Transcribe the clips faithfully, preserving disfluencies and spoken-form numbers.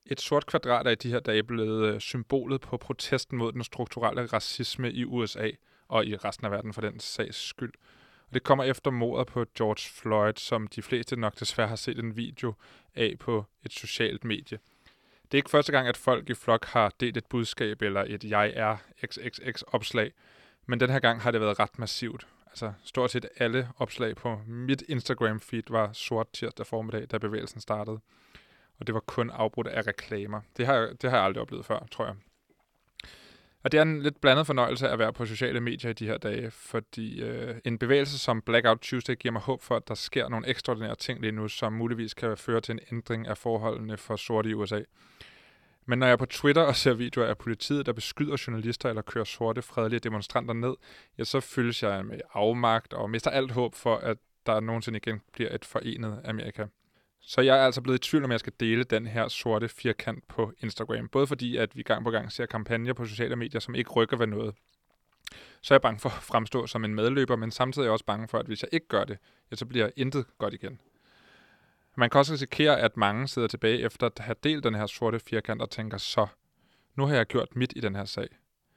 Et sort kvadrat er i de her dage blevet symbolet på protesten mod den strukturelle racisme i U S A og i resten af verden for den sags skyld. Og det kommer efter mordet på George Floyd, som de fleste nok desværre har set en video af på et socialt medie. Det er ikke første gang, at folk i flok har delt et budskab eller et jeg er X X X-opslag, men den her gang har det været ret massivt. Altså stort set alle opslag på mit Instagram-feed var sort tirsdag formiddag, da bevægelsen startede. Og det var kun afbrudt af reklamer. Det har, det har jeg aldrig oplevet før, tror jeg. Og det er en lidt blandet fornøjelse at være på sociale medier i de her dage, fordi øh, en bevægelse som Blackout Tuesday giver mig håb for, at der sker nogle ekstraordinære ting lige nu, som muligvis kan føre til en ændring af forholdene for sorte i U S A. Men når jeg er på Twitter og ser videoer af politiet, der beskyder journalister eller kører sorte, fredelige demonstranter ned, ja, så føles jeg med afmagt og mister alt håb for, at der nogensinde igen bliver et forenet Amerika. Så jeg er altså blevet i tvivl, om jeg skal dele den her sorte firkant på Instagram. Både fordi, at vi gang på gang ser kampagner på sociale medier, som ikke rykker ved noget. Så er jeg bange for at fremstå som en medløber, men samtidig er jeg også bange for, at hvis jeg ikke gør det, ja, så bliver intet godt igen. Man kan også risikere, at mange sidder tilbage efter at have delt den her sorte firkant og tænker, så, nu har jeg gjort mit i den her sag.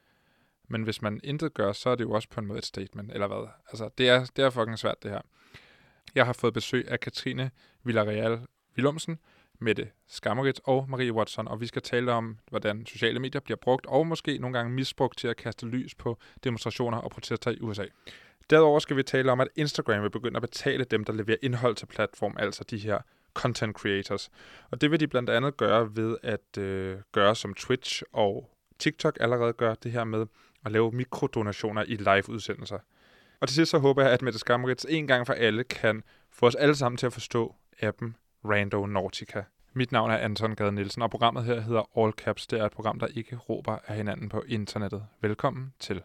Men hvis man intet gør, så er det jo også på en måde et statement, eller hvad? Altså, det er, det er fucking svært, det her. Jeg har fået besøg af Katrine Villarreal Willumsen, Mette Skammerit og Marie Watson, og vi skal tale om, hvordan sociale medier bliver brugt og måske nogle gange misbrugt til at kaste lys på demonstrationer og protester i U S A. Derudover skal vi tale om, at Instagram vil begynde at betale dem, der leverer indhold til platform, altså de her content creators. Og det vil de blandt andet gøre ved at øh, gøre som Twitch og TikTok allerede gør, det her med at lave mikrodonationer i live-udsendelser. Og til sidst så håber jeg, at Mette Skammerits en gang for alle kan få os alle sammen til at forstå appen Randonautica. Mit navn er Anton Gade Nielsen, og programmet her hedder All Caps. Det er et program, der ikke råber af hinanden på internettet. Velkommen til.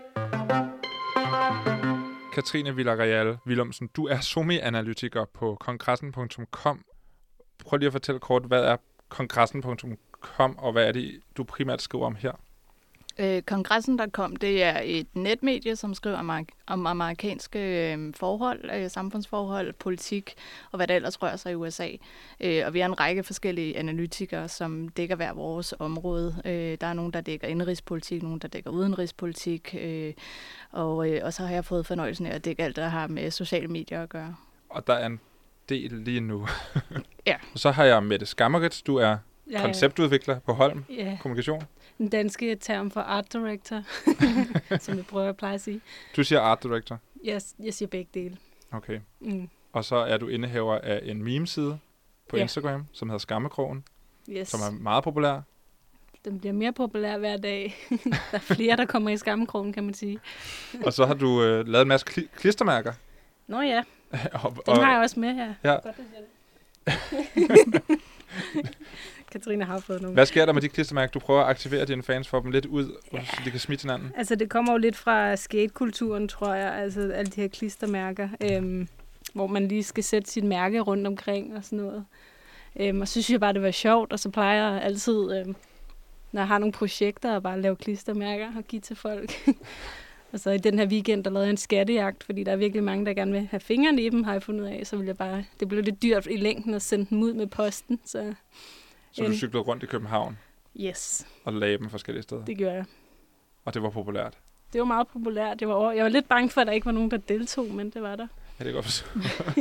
Katrine Villarreal Willumsen, du er somi-analytiker på kongressen punktum com. Prøv lige at fortælle kort, hvad er kongressen punktum com, og hvad er det, du primært skriver om her? Øh, kongressen punktum com, det er et netmedie, som skriver om, om amerikanske øh, forhold, øh, samfundsforhold, politik og hvad der ellers rører sig i U S A. Øh, og vi er en række forskellige analytikere, som dækker hver vores område. Øh, der er nogen, der dækker indenrigspolitik, nogen, der dækker udenrigspolitik. Øh, og, øh, og så har jeg fået fornøjelsen af at dække alt, der har med sociale medier at gøre. Og der er en del lige nu. Ja. Og så har jeg Mette Skammerit. Du er Ja, konceptudvikler på Holm ja. Kommunikation. Den danske term for art director, som jeg prøver at pleje at sige. Du siger art director? Jeg, jeg siger begge dele. Okay. Mm. Og så er du indehaver af en meme-side på Ja. Instagram, som hedder Skammekrogen, Yes. som er meget populær. Den bliver mere populær hver dag. Der er flere, der kommer i skammekrogen, kan man sige. Og så har du øh, lavet en masse kli- klistermærker. Nå ja, og, dem og, har jeg også med her. Ja. Godt, at jeg det. Katrine har fået nogle. Hvad sker der med de klistermærker? Du prøver at aktivere dine fans for dem lidt ud, ja. Så de kan smitte hinanden. Altså, det kommer jo lidt fra skatekulturen, tror jeg. Altså, alle de her klistermærker, øhm, hvor man lige skal sætte sit mærke rundt omkring og sådan noget. Øhm, og så synes jeg bare, det var sjovt, og så plejer jeg altid, øhm, når jeg har nogle projekter, at bare lave klistermærker og give til folk. Og så i den her weekend, der lavede jeg en skattejagt, fordi der er virkelig mange, der gerne vil have fingrene i dem, har jeg fundet ud af. Så vil jeg bare, det blev lidt dyrt i længden at sende dem ud med posten. Så, så du cyklede rundt i København? Yes. Og lagde dem forskellige steder? Det gjorde jeg. Og det var populært? Det var meget populært. Det var over. Jeg var lidt bange for, at der ikke var nogen, der deltog, men det var der. Ja, det er godt forstå.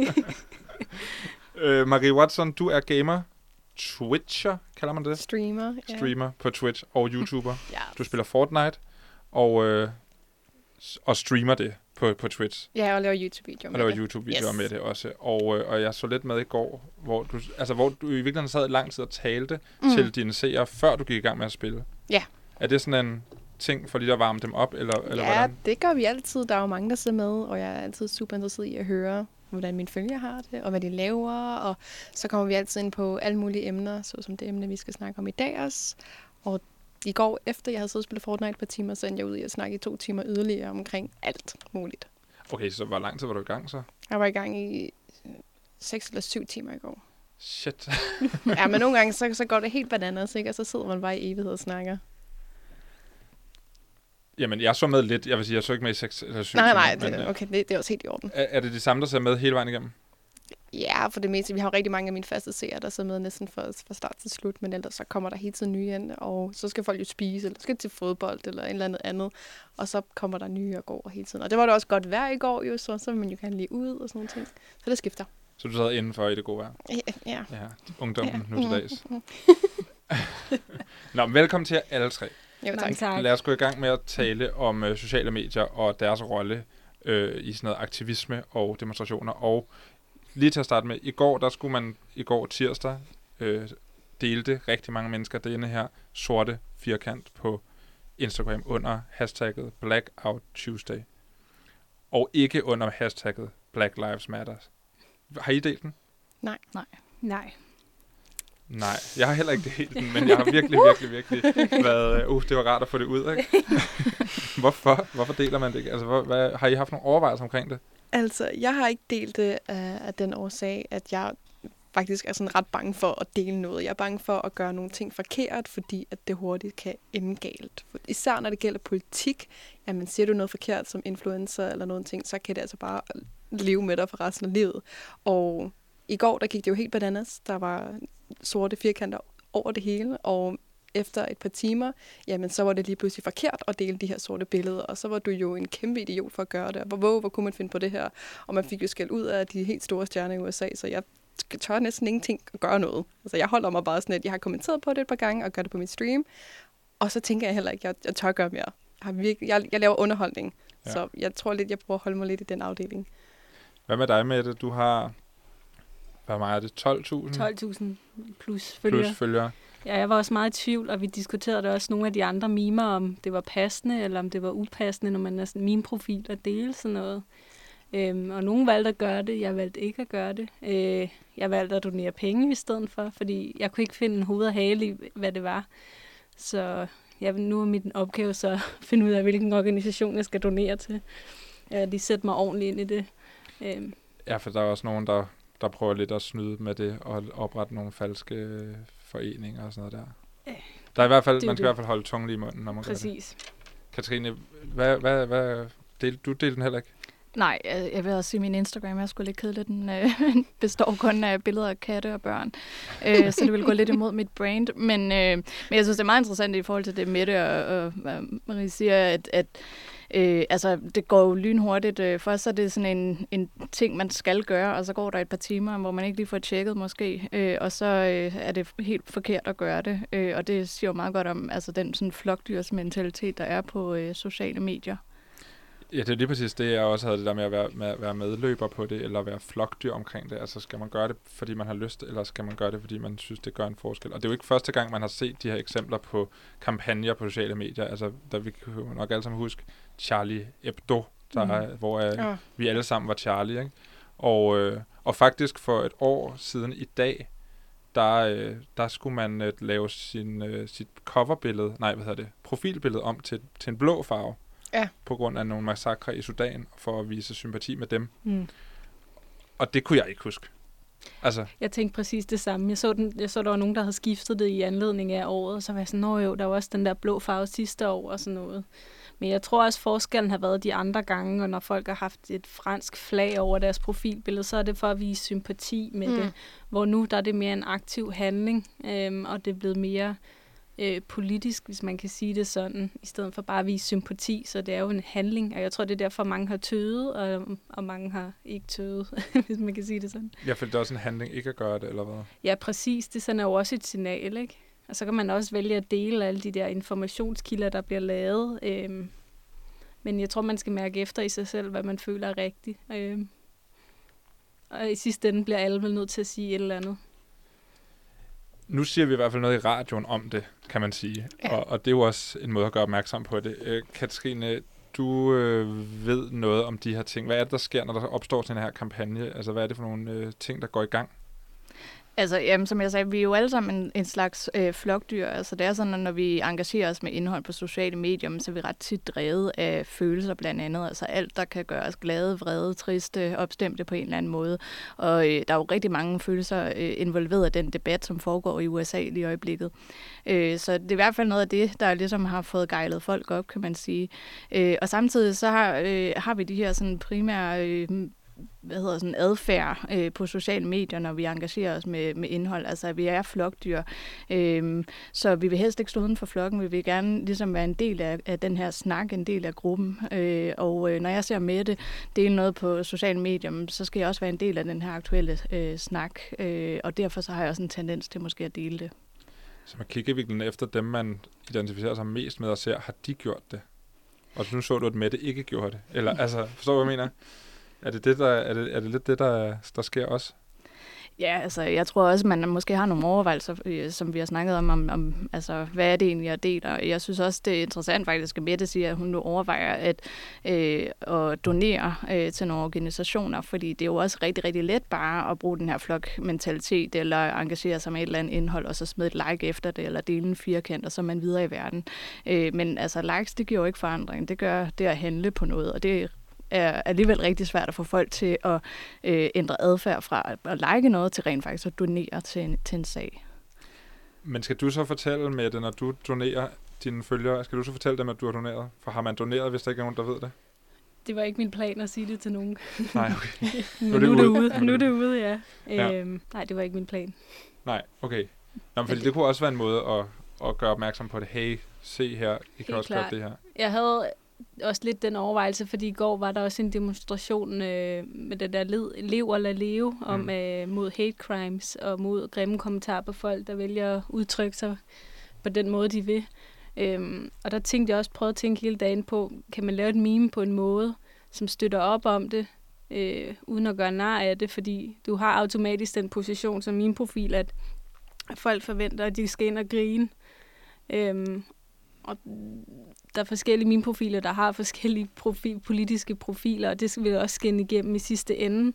øh, Marie Watson, du er gamer, Twitcher, kalder man det? Streamer, ja. Streamer på Twitch og YouTuber. Ja. Du spiller Fortnite og, øh, og streamer det på, på Twitch. Ja, og laver YouTube-videoer Og med laver det. YouTube-videoer Yes. med det også. Og, øh, og jeg så lidt med i går, hvor du, altså, hvor du i virkeligheden sad lang tid og talte mm. til dine seere, før du gik i gang med at spille. Ja. Er det sådan en ting for lige at varme dem op, eller, eller Ja, hvordan? det gør vi altid. Der er jo mange, der ser med, og jeg er altid super interesseret i at høre, hvordan mine følgere har det, og hvad de laver. Og så kommer vi altid ind på alle mulige emner, såsom det emne, vi skal snakke om i dag også. Og i går, efter jeg havde siddet og spillet Fortnite et par timer, så endte jeg ud i at snakke i to timer yderligere omkring alt muligt. Okay, så hvor lang tid var du i gang så? Jeg var i gang i seks eller syv timer i går. Shit. Ja, men nogle gange, så, så går det helt bananas, ikke? Og så sidder man bare i evighed og snakker. Jamen, jeg så med lidt. Jeg vil sige, jeg så ikke med i seks eller syv Nej, timer. nej, Men, det, øh, okay, det, det er også helt i orden. er, er det de samme, der ser med hele vejen igennem? Ja, for det meste. Vi har jo rigtig mange af mine faste seere, der sidder med næsten fra, fra start til slut, men ellers så kommer der hele tiden nye ind, og så skal folk jo spise, eller skal til fodbold, eller en eller andet andet, og så kommer der nye og går hele tiden. Og det var da også godt vejr i går, jo, så, så vil man jo gerne lige ud og sådan nogle ting. Så det skifter. Så du sad indenfor i det gode vejr? Ja. ja. Ja, ungdommen ja. nu til dags. Nå, velkommen til jer alle tre. Jo, tak. tak. Lad os gå i gang med at tale om øh, sociale medier og deres rolle øh, i sådan noget aktivisme og demonstrationer. Og lige til at starte med, i går, der skulle man, i går tirsdag, øh, delte rigtig mange mennesker denne her sorte firkant på Instagram under hashtagget Blackout Tuesday. Og ikke under hashtagget Black Lives Matter. Har I delt den? Nej. Nej. Nej. Nej, jeg har heller ikke delt den, men jeg har virkelig, virkelig, virkelig været... Uh, det var rart at få det ud, ikke? Hvorfor? Hvorfor deler man det ikke? Altså, hvor, hvad, har I haft nogle overvejelser omkring det? Altså, jeg har ikke delt det af, af den årsag, at jeg faktisk er sådan ret bange for at dele noget. Jeg er bange for at gøre nogle ting forkert, fordi at det hurtigt kan ende galt. For især når det gælder politik, jamen siger du noget forkert som influencer eller noget ting, så kan det altså bare leve med dig for resten af livet. Og i går, der gik det jo helt bananas. Der var sorte firkanter over det hele, og efter et par timer, jamen så var det lige pludselig forkert at dele de her sorte billeder, og så var du jo en kæmpe idiot for at gøre det. Hvor, hvor, hvor kunne man finde på det her? Og man fik jo skæld ud af de helt store stjerner i U S A, så jeg tør næsten ingenting at gøre noget. Altså jeg holder mig bare sådan, at jeg har kommenteret på det et par gange, og gør det på mit stream, og så tænker jeg heller ikke, at jeg, jeg tør gøre mere. Jeg, har virkelig, jeg, jeg laver underholdning, ja. Så jeg tror lidt, jeg prøver at holde mig lidt i den afdeling. Hvad med dig, Mette? Du har, hvad meget er det, tolv tusind? tolv tusind plus følgere. Plus følgere. Ja, jeg var også meget i tvivl, og vi diskuterede det også nogle af de andre mimer, om det var passende, eller om det var upassende, når man er sådan meme-profil at dele sådan noget. Øhm, og nogen valgte at gøre det, jeg valgte ikke at gøre det. Øh, jeg valgte at donere penge i stedet for, fordi jeg kunne ikke finde en hoved og hale i, hvad det var. Så jeg vil nu er min opgave så at finde ud af, hvilken organisation jeg skal donere til. Ja, de sætter mig ordentligt ind i det. Øhm. Ja, for der er også nogen, der, der prøver lidt at snyde med det, og oprette nogle falske foreninger og sådan noget der. Øh, der er i hvert fald, det man skal det. i hvert fald holde tungen lige i munden, når man Præcis. gør det. Katrine, hvad, hvad, hvad, del, du delte den heller ikke? Nej, jeg, jeg vil også sige, at min Instagram er sgu lidt kedelig. Den øh, består kun af billeder af katte og børn. Øh, så det vil gå lidt imod mit brand. Men, øh, men jeg synes, det er meget interessant i forhold til det, Mette og, og, og Marie siger, at, at øh, altså, det går jo lynhurtigt. Først er det sådan en, en ting, man skal gøre, og så går der et par timer, hvor man ikke lige får tjekket måske. Øh, og så øh, er det helt forkert at gøre det. Øh, og det siger jo meget godt om altså, den sådan flokdyrsmentalitet, der er på øh, sociale medier. Ja, det er lige præcis det, jeg også havde det der med at være, med at være medløber på det, eller være flokdyr omkring det. Altså, skal man gøre det, fordi man har lyst, eller skal man gøre det, fordi man synes, det gør en forskel? Og det er jo ikke første gang, man har set de her eksempler på kampagner på sociale medier. Altså, der vi kan jo nok alle sammen huske Charlie Hebdo, der, mm. hvor øh, ja. vi alle sammen var Charlie, ikke? Og, øh, og faktisk for et år siden i dag, der, øh, der skulle man øh, lave sin, øh, sit coverbillede, nej, hvad hedder det, profilbillede om til, til en blå farve. Ja. På grund af nogle massakre i Sudan, for at vise sympati med dem. Mm. Og det kunne jeg ikke huske. Altså. Jeg tænkte præcis det samme. Jeg så, den, jeg så, der var nogen, der havde skiftet det i anledning af året, og så var jeg sådan, nå jo, der var også den der blå farve sidste år og sådan noget. Men jeg tror også, forskellen har været de andre gange, og når folk har haft et fransk flag over deres profilbillede, så er det for at vise sympati med mm. det. Hvor nu der er det mere en aktiv handling, øhm, og det er blevet mere Øh, politisk, hvis man kan sige det sådan, i stedet for bare at vise sympati, så det er jo en handling, og jeg tror, det er derfor, mange har tøvet, og, og mange har ikke tøvet, hvis man kan sige det sådan. Ja, for det er også en handling ikke at gøre det, eller hvad? Ja, præcis. Det sender jo også et signal, ikke? Og så kan man også vælge at dele alle de der informationskilder, der bliver lavet. Øhm, men jeg tror, man skal mærke efter i sig selv, hvad man føler er rigtigt. Øhm, og i sidste ende bliver alle vel nødt til at sige et eller andet. Nu siger vi i hvert fald noget i radioen om det, kan man sige. Ja. Og, og det er jo også en måde at gøre opmærksom på det. Øh, Katrine, du øh, ved noget om de her ting. Hvad er det, der sker, når der opstår sådan en her kampagne? Altså, hvad er det for nogle øh, ting, der går i gang? Altså, jamen, som jeg sagde, vi er jo alle sammen en, en slags øh, flokdyr. Altså, det er sådan, at når vi engagerer os med indhold på sociale medier, så er vi ret tit drevet af følelser blandt andet. Altså alt, der kan gøre os glade, vrede, triste, opstemte på en eller anden måde. Og øh, der er jo rigtig mange følelser øh, involveret i den debat, som foregår i U S A lige i øjeblikket. Øh, så det er i hvert fald noget af det, der ligesom har fået gejlet folk op, kan man sige. Øh, og samtidig så har, øh, har vi de her sådan primære Øh, hvad hedder sådan adfærd øh, på sociale medier, når vi engagerer os med, med indhold. Altså, vi er flokdyr, øh, så vi vil helst ikke stå uden for flokken. Vi vil gerne ligesom være en del af, af den her snak, en del af gruppen. Øh, og øh, når jeg ser Mette dele noget på sociale medier, så skal jeg også være en del af den her aktuelle øh, snak. Øh, og derfor så har jeg også en tendens til måske at dele det. Så man kigger virkelig efter dem, man identificerer sig mest med og ser, har de gjort det? Og nu så du, at Mette ikke gjorde det. Eller, altså, forstår du, hvad jeg mener? Er det, det, der, er det, er det lidt det, der, der sker også? Ja, altså, jeg tror også, at man måske har nogle overvejelser, som vi har snakket om, om, om altså, hvad er det egentlig, jeg deler. Jeg synes også, det er interessant faktisk, at Mette siger, at hun nu overvejer at, øh, at donere øh, til nogle organisationer, fordi det er jo også rigtig, rigtig let bare at bruge den her flok-mentalitet, eller engagere sig med et eller andet indhold, og så smide et like efter det, eller dele en firkant, og så er man videre i verden. Øh, men altså, likes, det giver jo ikke forandring. Det gør det at handle på noget, og det er er alligevel rigtig svært at få folk til at øh, ændre adfærd fra at like noget til rent faktisk at donere til en, til en sag. Men skal du så fortælle med det, når du donerer dine følgere, skal du så fortælle dem, at du har doneret? For har man doneret, hvis der ikke er nogen, der ved det? Det var ikke min plan at sige det til nogen. Nej, okay. Men nu er det ude. ude. Nu er det ude, ja. ja. Øhm, nej, det var ikke min plan. Nej, okay. Nå, men fordi det kunne også være en måde at, at gøre opmærksom på det. Hey, se her, I kan også gøre det her. Jeg havde også lidt den overvejelse, fordi i går var der også en demonstration øh, med det der led, Lev eller Leve om mm. øh, mod hate crimes og mod grimme kommentarer på folk, der vælger at udtrykke sig på den måde, de vil. Øhm, og der tænkte jeg også, prøvede at tænke hele dagen på, kan man lave et meme på en måde, som støtter op om det, øh, uden at gøre nar af det, fordi du har automatisk den position som min profil, at folk forventer, at de skal ind og grine. Øhm, og der er forskellige mine profiler, der har forskellige profil, politiske profiler, og det skal vi også skinne igennem i sidste ende.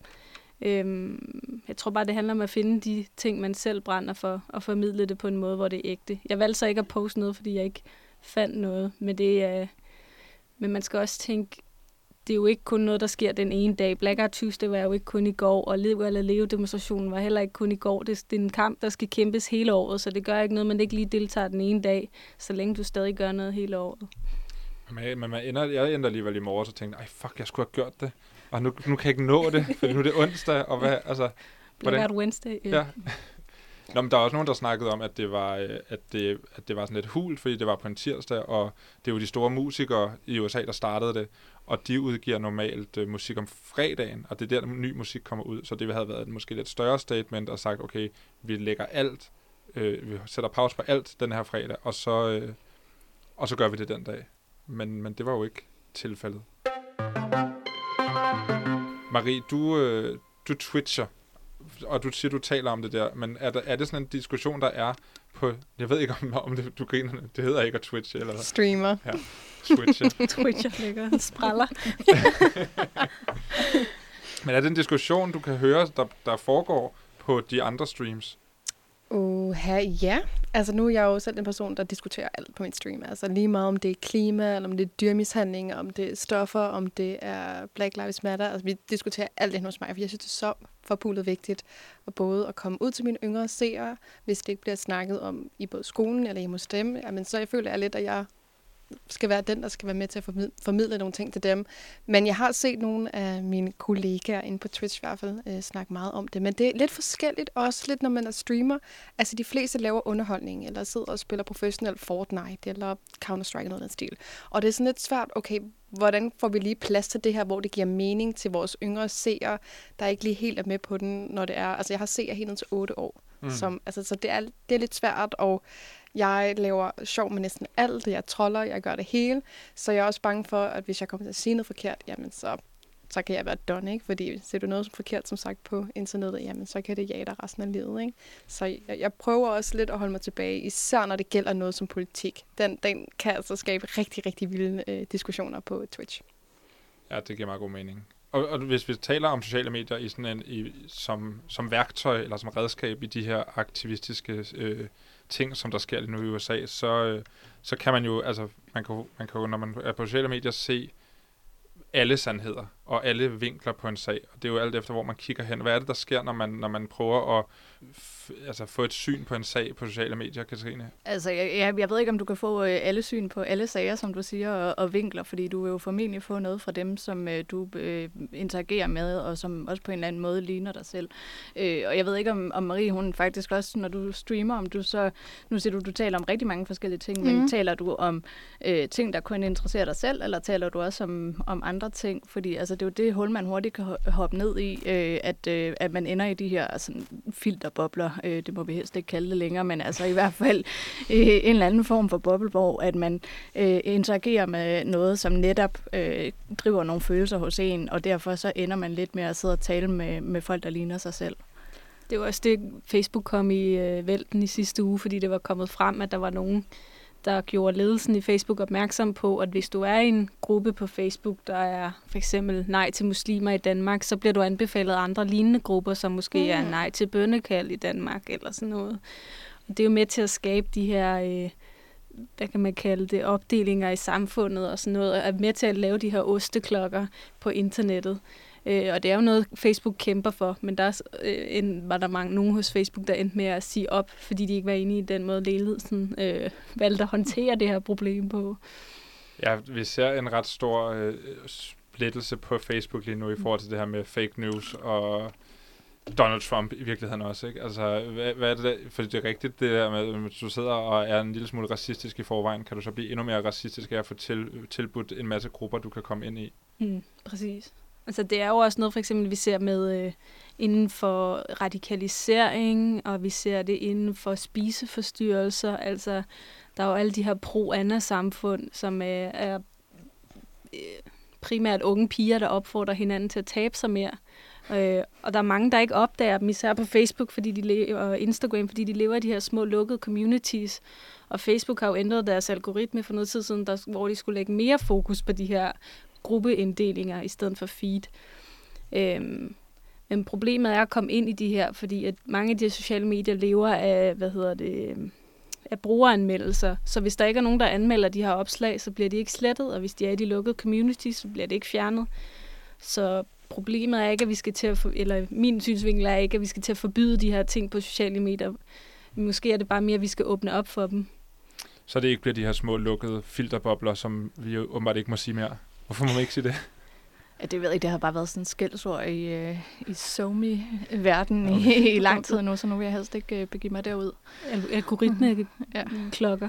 Øhm, jeg tror bare, det handler om at finde de ting, man selv brænder for, og formidle det på en måde, hvor det er ægte. Jeg valgte så ikke at poste noget, fordi jeg ikke fandt noget, men, det er, men man skal også tænke, det er jo ikke kun noget, der sker den ene dag. Blackout Tuesday var jo ikke kun i går, og Lev eller Leve-demonstrationen var heller ikke kun i går. Det, det er en kamp, der skal kæmpes hele året, så det gør ikke noget, man ikke lige deltager den ene dag, så længe du stadig gør noget hele året. Men, men man ender, jeg ender alligevel i morges og tænkte, ej fuck, jeg skulle have gjort det. Og nu, nu kan jeg ikke nå det, for nu er det onsdag, og hvad, altså... Blackout Wednesday. Ja. ja. Nå, men der er også nogen, der snakkede om, at det var, at det, at det var sådan lidt hult, fordi det var på en tirsdag, og det er jo de store musikere i U S A, der startede det, og de udgiver normalt uh, musik om fredagen, og det er der, ny musik kommer ud, så det havde været måske lidt større statement, og sagt, okay, vi lægger alt, øh, vi sætter pause på alt den her fredag, og så, øh, og så gør vi det den dag. Men, men det var jo ikke tilfældet. Marie, du, øh, du twitcher, og du siger, du taler om det der, men er, der, er det sådan en diskussion, der er på, jeg ved ikke om, om det, du griner, det hedder ikke at twitche, eller hvad? Streamer. Ja, twitcher. Twitcher ligger spræller. Men er det en diskussion, du kan høre, der, der foregår på de andre streams? Uh, ja. Altså nu er jeg jo selv en person, der diskuterer alt på min stream. Altså lige meget om det er klima, eller om det er dyrmishandling, om det er stoffer, om det er Black Lives Matter. Altså vi diskuterer alt det hos mig, for jeg synes, det er så forpulet vigtigt at både at komme ud til mine yngre seere, hvis det ikke bliver snakket om i både skolen eller hjemme hos dem. Jamen, så jeg føler jeg lidt, at jeg skal være den, der skal være med til at formidle, formidle nogle ting til dem. Men jeg har set nogle af mine kollegaer inde på Twitch i hvert fald øh, snakke meget om det. Men det er lidt forskelligt, også lidt når man er streamer. Altså de fleste laver underholdning, eller sidder og spiller professionelt Fortnite, eller Counter-Strike eller noget af den stil. Og det er sådan lidt svært, okay, hvordan får vi lige plads til det her, hvor det giver mening til vores yngre seere, der ikke lige helt er med på den, når det er... Altså jeg har seere helt ned til otte år. Mm. Som, altså, så det er, det er lidt svært, og jeg laver sjov med næsten alt. Jeg troller, jeg gør det hele. Så jeg er også bange for, at hvis jeg kommer til at sige noget forkert, jamen så, så kan jeg være done, ikke? Fordi ser du noget som forkert, som sagt, på internettet, jamen så kan det jage dig resten af livet, ikke? Så jeg, jeg prøver også lidt at holde mig tilbage, især når det gælder noget som politik. Den, den kan altså skabe rigtig, rigtig vilde øh, diskussioner på Twitch. Ja, det giver meget god mening. Og, og hvis vi taler om sociale medier i sådan en, i, som, som værktøj eller som redskab i de her aktivistiske øh, ting, som der sker lige nu i U S A, så, øh, så kan man jo, altså, man kan, man kan jo, når man er på sociale medier, se alle sandheder og alle vinkler på en sag. Og det er jo alt efter, hvor man kigger hen. Hvad er det, der sker, når man, når man prøver at f- altså få et syn på en sag på sociale medier, Katrine? Altså, jeg, jeg, jeg ved ikke, om du kan få øh, alle syn på alle sager, som du siger, og, og vinkler, fordi du vil jo formentlig få noget fra dem, som øh, du øh, interagerer med, og som også på en eller anden måde ligner dig selv. Øh, og jeg ved ikke, om, om Marie, hun faktisk også, når du streamer, om du så, nu siger du, du taler om rigtig mange forskellige ting, mm. men taler du om øh, ting, der kun interesserer dig selv, eller taler du også om, om andre ting? Fordi altså, det er jo det hul, man hurtigt kan hoppe ned i, øh, at, øh, at man ender i de her sådan, filterbobler. Øh, det må vi helst ikke kalde det længere, men altså i hvert fald øh, en eller anden form for boble, hvor at man øh, interagerer med noget, som netop øh, driver nogle følelser hos en, og derfor så ender man lidt med at sidde og tale med, med folk, der ligner sig selv. Det var også det, Facebook kom i øh, vælten i sidste uge, fordi det var kommet frem, at der var nogen, der gjorde ledelsen i Facebook opmærksom på, at hvis du er i en gruppe på Facebook, der er for eksempel nej til muslimer i Danmark, så bliver du anbefalet andre lignende grupper, som måske mm. er nej til bønnekald i Danmark eller sådan noget. Og det er jo med til at skabe de her, øh, hvad kan man kalde det, opdelinger i samfundet og sådan noget, og er med til at lave de her osteklokker på internettet. Øh, og det er jo noget, Facebook kæmper for, men der øh, en, var der mange, nogen hos Facebook, der endte med at sige op, fordi de ikke var enige i den måde, ledelsen øh, valgte at håndtere det her problem på. Ja, vi ser en ret stor øh, splittelse på Facebook lige nu i forhold til det her med fake news og Donald Trump i virkeligheden også, ikke? Altså, hvad, hvad er det der? Fordi det er rigtigt, det der med, at du sidder og er en lille smule racistisk i forvejen, kan du så blive endnu mere racistisk af at få til, tilbudt en masse grupper, du kan komme ind i? Mm, præcis. Altså det er jo også noget, for eksempel, vi ser med øh, inden for radikalisering, og vi ser det inden for spiseforstyrrelser. Altså, der er jo alle de her pro-Anna-samfund, som øh, er øh, primært unge piger, der opfordrer hinanden til at tabe sig mere. Øh, og der er mange, der ikke opdager dem, især på Facebook fordi de lever, og Instagram, fordi de lever i de her små lukkede communities. Og Facebook har jo ændret deres algoritme for noget tid siden, der, hvor de skulle lægge mere fokus på de her gruppeinddelinger i stedet for feed. Øhm, men problemet er at komme ind i de her, fordi at mange af de sociale medier lever af, hvad hedder det, af brugeranmeldelser. Så hvis der ikke er nogen, der anmelder de her opslag, så bliver de ikke slettet, og hvis de er i de lukkede communities, så bliver det ikke fjernet. Så problemet er ikke, at vi skal til at, for, eller min synsvinkel er ikke, at vi skal til at forbyde de her ting på sociale medier. Måske er det bare mere, at vi skal åbne op for dem. Så det ikke bliver de her små lukkede filterbobler, som vi jo åbenbart ikke må sige mere. Hvorfor må man ikke sige det? Ja, det ved jeg ikke. Det har bare været sådan en skældsord i, øh, i SoMe-verdenen okay. i, i lang tid nu, så nu vil jeg helst ikke øh, begive mig derud. Algoritme-klokker.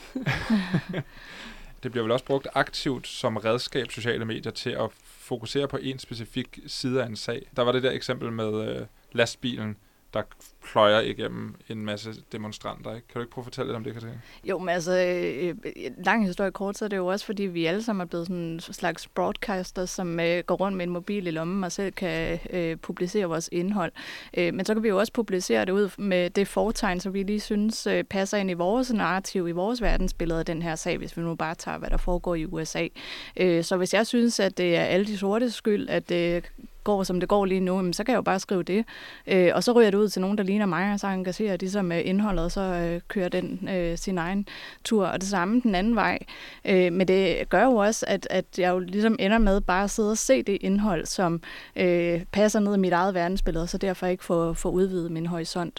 Det bliver vel også brugt aktivt som redskab, sociale medier, til at fokusere på en specifik side af en sag. Der var det der eksempel med øh, lastbilen, der pløjer igennem en masse demonstranter, ikke? Kan du ikke prøve at fortælle lidt om det, Katrine? Jo, men altså, øh, lang historie kort, så er det jo også, fordi vi alle sammen er blevet sådan en slags broadcaster, som øh, går rundt med en mobil i lommen og selv kan øh, publicere vores indhold. Øh, men så kan vi jo også publicere det ud med det fortegn, som vi lige synes øh, passer ind i vores narrativ, i vores verdensbillede af den her sag, hvis vi nu bare tager, hvad der foregår i U S A. Øh, så hvis jeg synes, at det er alle de sortes skyld, at det øh, går, som det går lige nu, så kan jeg jo bare skrive det. Øh, og så ryger det ud til nogen, der ligner mig, og så engagerer de sig med indholdet, og så øh, kører den øh, sin egen tur. Og det samme den anden vej. Øh, men det gør jo også, at, at jeg jo ligesom ender med bare at sidde og se det indhold, som øh, passer ned i mit eget verdensbillede, og så derfor ikke få, få udvidet min horisont.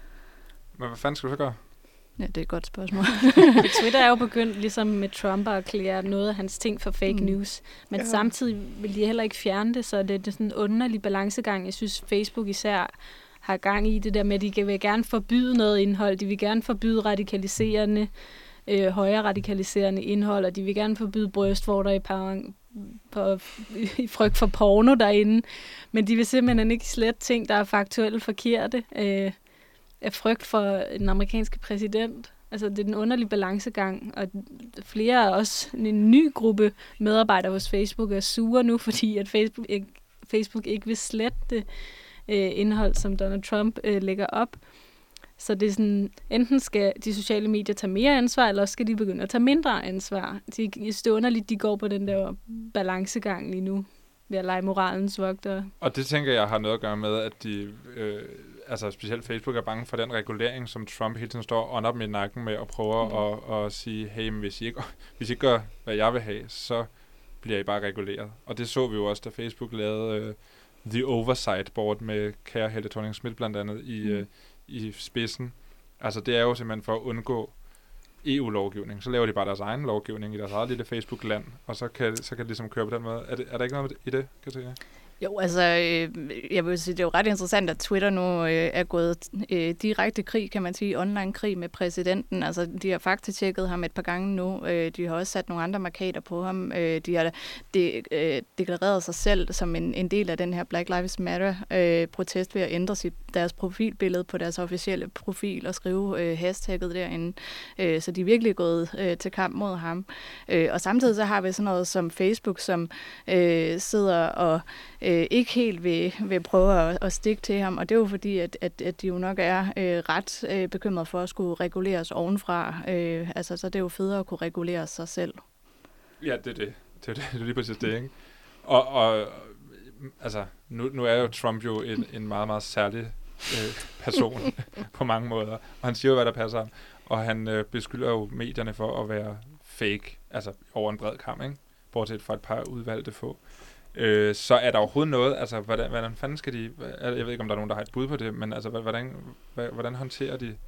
Men hvad fanden skal du så gøre? Ja, det er et godt spørgsmål. Twitter er jo begyndt ligesom med Trump at erklære noget af hans ting for fake mm. news. Men ja. Samtidig vil de heller ikke fjerne det, så det er sådan en underlig balancegang. Jeg synes, Facebook især har gang i det der med, at de vil gerne forbyde noget indhold. De vil gerne forbyde radikaliserende, øh, højere radikaliserende indhold, og de vil gerne forbyde brystvorter i par på, i frygt for porno derinde. Men de vil simpelthen ikke slette ting, der er faktuelt forkerte. Øh, af frygt for den amerikanske præsident. Altså, det er den underlige balancegang, og flere af os, en ny gruppe medarbejdere hos Facebook, er sure nu, fordi at Facebook ikke, Facebook ikke vil slette øh, indhold, som Donald Trump øh, lægger op. Så det er sådan, enten skal de sociale medier tage mere ansvar, eller også skal de begynde at tage mindre ansvar. De, jeg synes, det er underligt, de går på den der balancegang lige nu, ved at lege moralens vogtere. Og det tænker jeg har noget at gøre med, at de... Øh altså specielt Facebook er bange for den regulering, som Trump hele tiden står on op i nakken med og prøver mm. at, at sige, hey, men hvis I, ikke, hvis I ikke gør, hvad jeg vil have, så bliver I bare reguleret. Og det så vi jo også, da Facebook lavede uh, The Oversight Board med kære Helle Thorning-Schmidt blandt andet i, mm. uh, i spidsen. Altså det er jo simpelthen for at undgå E U-lovgivning. Så laver de bare deres egen lovgivning i deres eget lille Facebook-land, og så kan, så kan det ligesom køre på den måde. Er, det, er der ikke noget i det, Katrine? Jo, altså, øh, jeg vil sige, det er jo ret interessant, at Twitter nu øh, er gået øh, direkte krig, kan man sige, online-krig med præsidenten. Altså, de har faktatjekket ham et par gange nu. Øh, de har også sat nogle andre markader på ham. Øh, de har de, øh, deklareret sig selv som en, en del af den her Black Lives Matter-protest øh, ved at ændre sit, deres profilbillede på deres officielle profil og skrive øh, hashtagget derinde. Øh, så de er virkelig gået øh, til kamp mod ham. Øh, og samtidig så har vi sådan noget som Facebook, som øh, sidder og Øh, ikke helt vil, vil prøve at, at stikke til ham, og det er jo fordi, at, at, at de jo nok er øh, ret øh, bekymrede for at skulle reguleres ovenfra. Øh, altså, så det er jo federe at kunne regulere sig selv. Ja, det er det. Det er, det. Det er lige præcis det, ikke? Og, og altså, nu, nu er jo Trump jo en, en meget, meget særlig øh, person på mange måder, og han siger jo, hvad der passer ham, og han øh, beskylder jo medierne for at være fake, altså over en bred kam, ikke? Bortset fra et par udvalgte få. Øh, så er der overhovedet noget, altså hvordan, hvordan fanden skal de, jeg ved ikke om der er nogen, der har et bud på det, men altså hvordan, hvordan håndterer de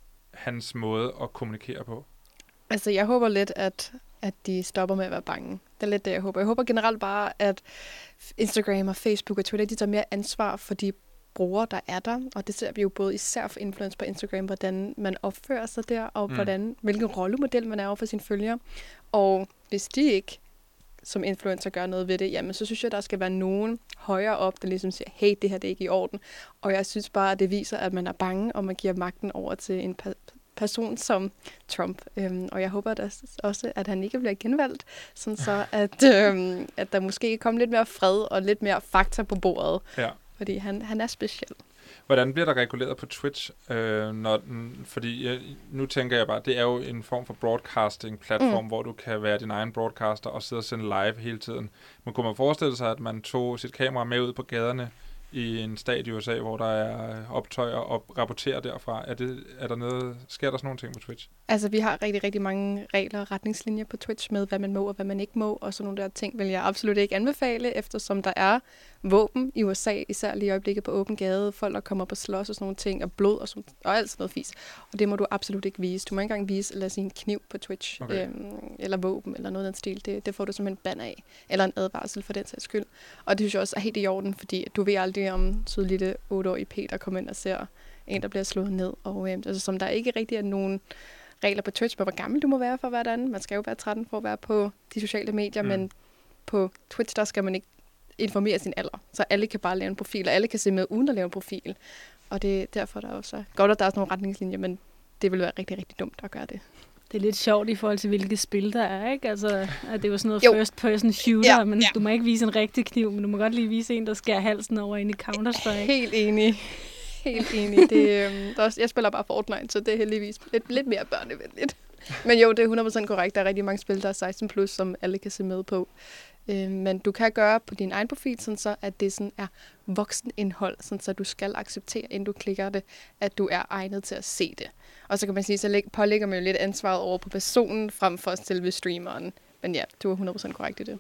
hans måde at kommunikere på? Altså jeg håber lidt, at, at de stopper med at være bange. Det er lidt det, jeg håber. Jeg håber generelt bare, at Instagram og Facebook og Twitter, de tager mere ansvar for de brugere, der er der, og det ser vi jo både især for influence på Instagram, hvordan man opfører sig der, og mm. hvordan, hvilken rollemodel man er over for sine følgere. Og hvis de ikke som influencer gør noget ved det, jamen så synes jeg, der skal være nogen højere op, der ligesom siger, hey, det her det er ikke i orden. Og jeg synes bare, at det viser, at man er bange, og man giver magten over til en pa- person som Trump. Øhm, og jeg håber da også, at han ikke bliver genvalgt, sådan så at, øhm, at der måske kommer lidt mere fred og lidt mere fakta på bordet. Ja. Fordi han, han er speciel. Hvordan bliver der reguleret på Twitch? Øh, når den, fordi jeg, nu tænker jeg bare, det er jo en form for broadcasting-platform, mm. hvor du kan være din egen broadcaster og sidde og sende live hele tiden. Men kunne man forestille sig, at man tog sit kamera med ud på gaderne i en stat i U S A, hvor der er optøjer og rapporterer derfra? Er, det, er der noget, sker der sådan nogle ting på Twitch? Altså, vi har rigtig, rigtig mange regler og retningslinjer på Twitch med, hvad man må og hvad man ikke må, og sådan nogle der ting vil jeg absolut ikke anbefale, eftersom der er våben i U S A, især lige i øjeblikket på åben gade, folk der kommer på slås og sådan nogle ting, og blod og, sådan, og alt sådan noget fis. Og det må du absolut ikke vise. Du må ikke engang vise, eller sige en kniv på Twitch, okay. øhm, eller våben, eller noget af den stil. Det, det får du simpelthen ban af, eller en advarsel for den sags skyld. Og det synes jeg også er helt i orden, fordi du ved aldrig om sød lille otteårige Peter kommer ind og ser en, der bliver slået ned. Og øhm, altså, som der ikke rigtig er nogen regler på Twitch på, hvor gammel du må være for at være derinde. Man skal jo være tretten for at være på de sociale medier, mm. men på Twitch, der skal man ikke informere sin alder. Så alle kan bare lave en profil, og alle kan se med uden at lave en profil. Og det er derfor, der også godt, at der er sådan nogle retningslinjer, men det vil være rigtig, rigtig dumt at gøre det. Det er lidt sjovt i forhold til, hvilke spil der er, ikke? Altså, at det er jo sådan noget jo. first person shooter, ja, men ja. Du må ikke vise en rigtig kniv, men du må godt lige vise en, der skærer halsen over ind i Counter-Strike. Helt enig. Helt enig. Det, øhm, der også, jeg spiller bare Fortnite, så det er heldigvis lidt, lidt mere børnevenligt. Men jo, det er hundrede procent korrekt. Der er rigtig mange spil, der er seksten plus, som alle kan se med på. Øh, men du kan gøre på din egen profil, sådan så, at det sådan er voksenindhold, sådan så du skal acceptere, inden du klikker det, at du er egnet til at se det. Og så kan man sige, så pålægger man jo lidt ansvaret over på personen, frem for selve streameren. Men ja, du er hundrede procent korrekt i det.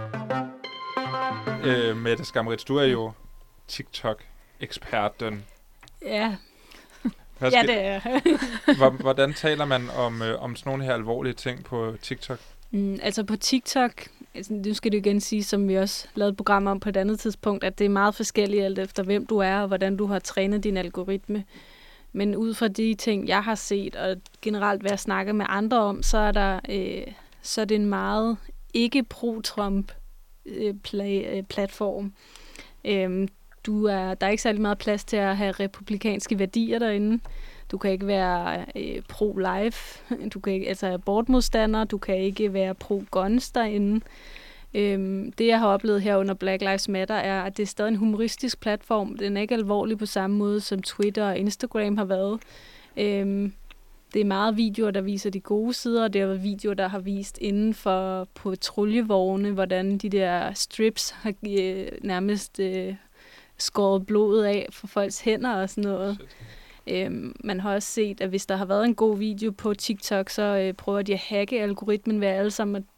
Øh, Mette Skammerits, du er jo TikTok-eksperten. Ja. Ja, det er. Hvordan taler man om, øh, om sådan nogle her alvorlige ting på TikTok? Mm, altså på TikTok, altså, nu skal det igen sige, som vi også lavede et program om på et andet tidspunkt, at det er meget forskelligt alt efter, hvem du er og hvordan du har trænet din algoritme. Men ud fra de ting, jeg har set, og generelt hvad jeg snakker med andre om, så er, der, øh, så er det en meget ikke pro-Trump øh, play, øh, platform. Øh, du er, der er ikke særlig meget plads til at have republikanske værdier derinde. Du kan ikke være øh, pro-life, du kan ikke, altså abortmodstander, du kan ikke være pro-guns derinde. Øhm, det, jeg har oplevet her under Black Lives Matter, er, at det er stadig en humoristisk platform. Den er ikke alvorlig på samme måde, som Twitter og Instagram har været. Øhm, det er meget videoer, der viser de gode sider, og det er videoer, der har vist inden for patruljevogne, hvordan de der strips har øh, nærmest øh, skåret blodet af for folks hænder og sådan noget. Øhm, man har også set, at hvis der har været en god video på TikTok, så øh, prøver de at hacke algoritmen ved alle sammen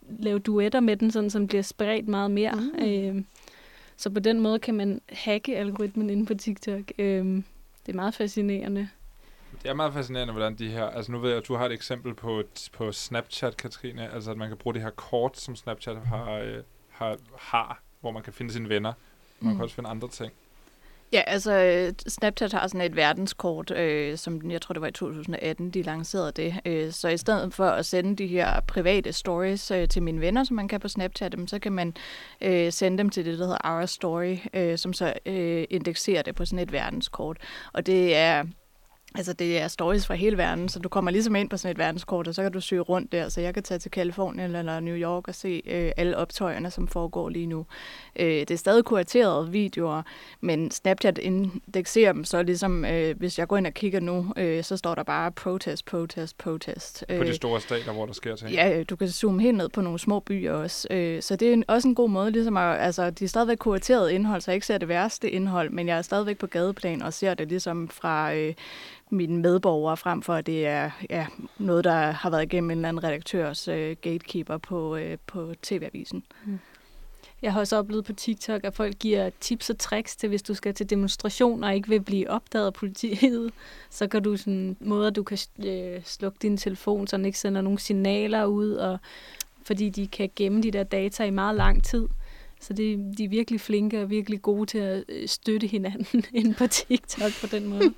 lave duetter med den, sådan, som bliver spredt meget mere. Mm. Øh, så på den måde kan man hacke algoritmen inde på TikTok. Øh, det er meget fascinerende. Det er meget fascinerende, hvordan de her... Altså nu ved jeg, at du har et eksempel på, på Snapchat, Katrine. Altså at man kan bruge det her kort, som Snapchat har, øh, har, har hvor man kan finde sine venner. Man mm. kan også finde andre ting. Ja, altså Snapchat har sådan et verdenskort, øh, som jeg tror det var i to tusind atten, de lancerede det. Øh, så i stedet for at sende de her private stories øh, til mine venner, som man kan på Snapchat, så kan man øh, sende dem til det, der hedder Our Story, øh, som så øh, indekserer det på sådan et verdenskort. Og det er... Altså, det er stories fra hele verden, så du kommer ligesom ind på sådan et verdenskort, og så kan du søge rundt der. Så jeg kan tage til Californien eller New York og se øh, alle optøjerne, som foregår lige nu. Øh, det er stadig kuraterede videoer, men Snapchat indekserer dem, så ligesom, øh, hvis jeg går ind og kigger nu, øh, så står der bare protest, protest, protest. På de store stater, hvor der sker ting? Ja, du kan zoome helt ned på nogle små byer også. Øh, så det er også en god måde, ligesom at, altså, de er stadigvæk kurateret indhold, så jeg ikke ser det værste indhold, men jeg er stadigvæk på gadeplan og ser det ligesom fra... Øh, mine medborgere, frem for at det er ja, noget, der har været igennem en eller anden redaktørs øh, gatekeeper på, øh, på T V-avisen. Mm. Jeg har også oplevet på TikTok, at folk giver tips og tricks til, hvis du skal til demonstrationer og ikke vil blive opdaget af politiet. Så kan du sådan måder, du kan øh, slukke din telefon, så den ikke sender nogle signaler ud, og, fordi de kan gemme de der data i meget lang tid. Så det, de er virkelig flinke og virkelig gode til at støtte hinanden inde på TikTok på den måde.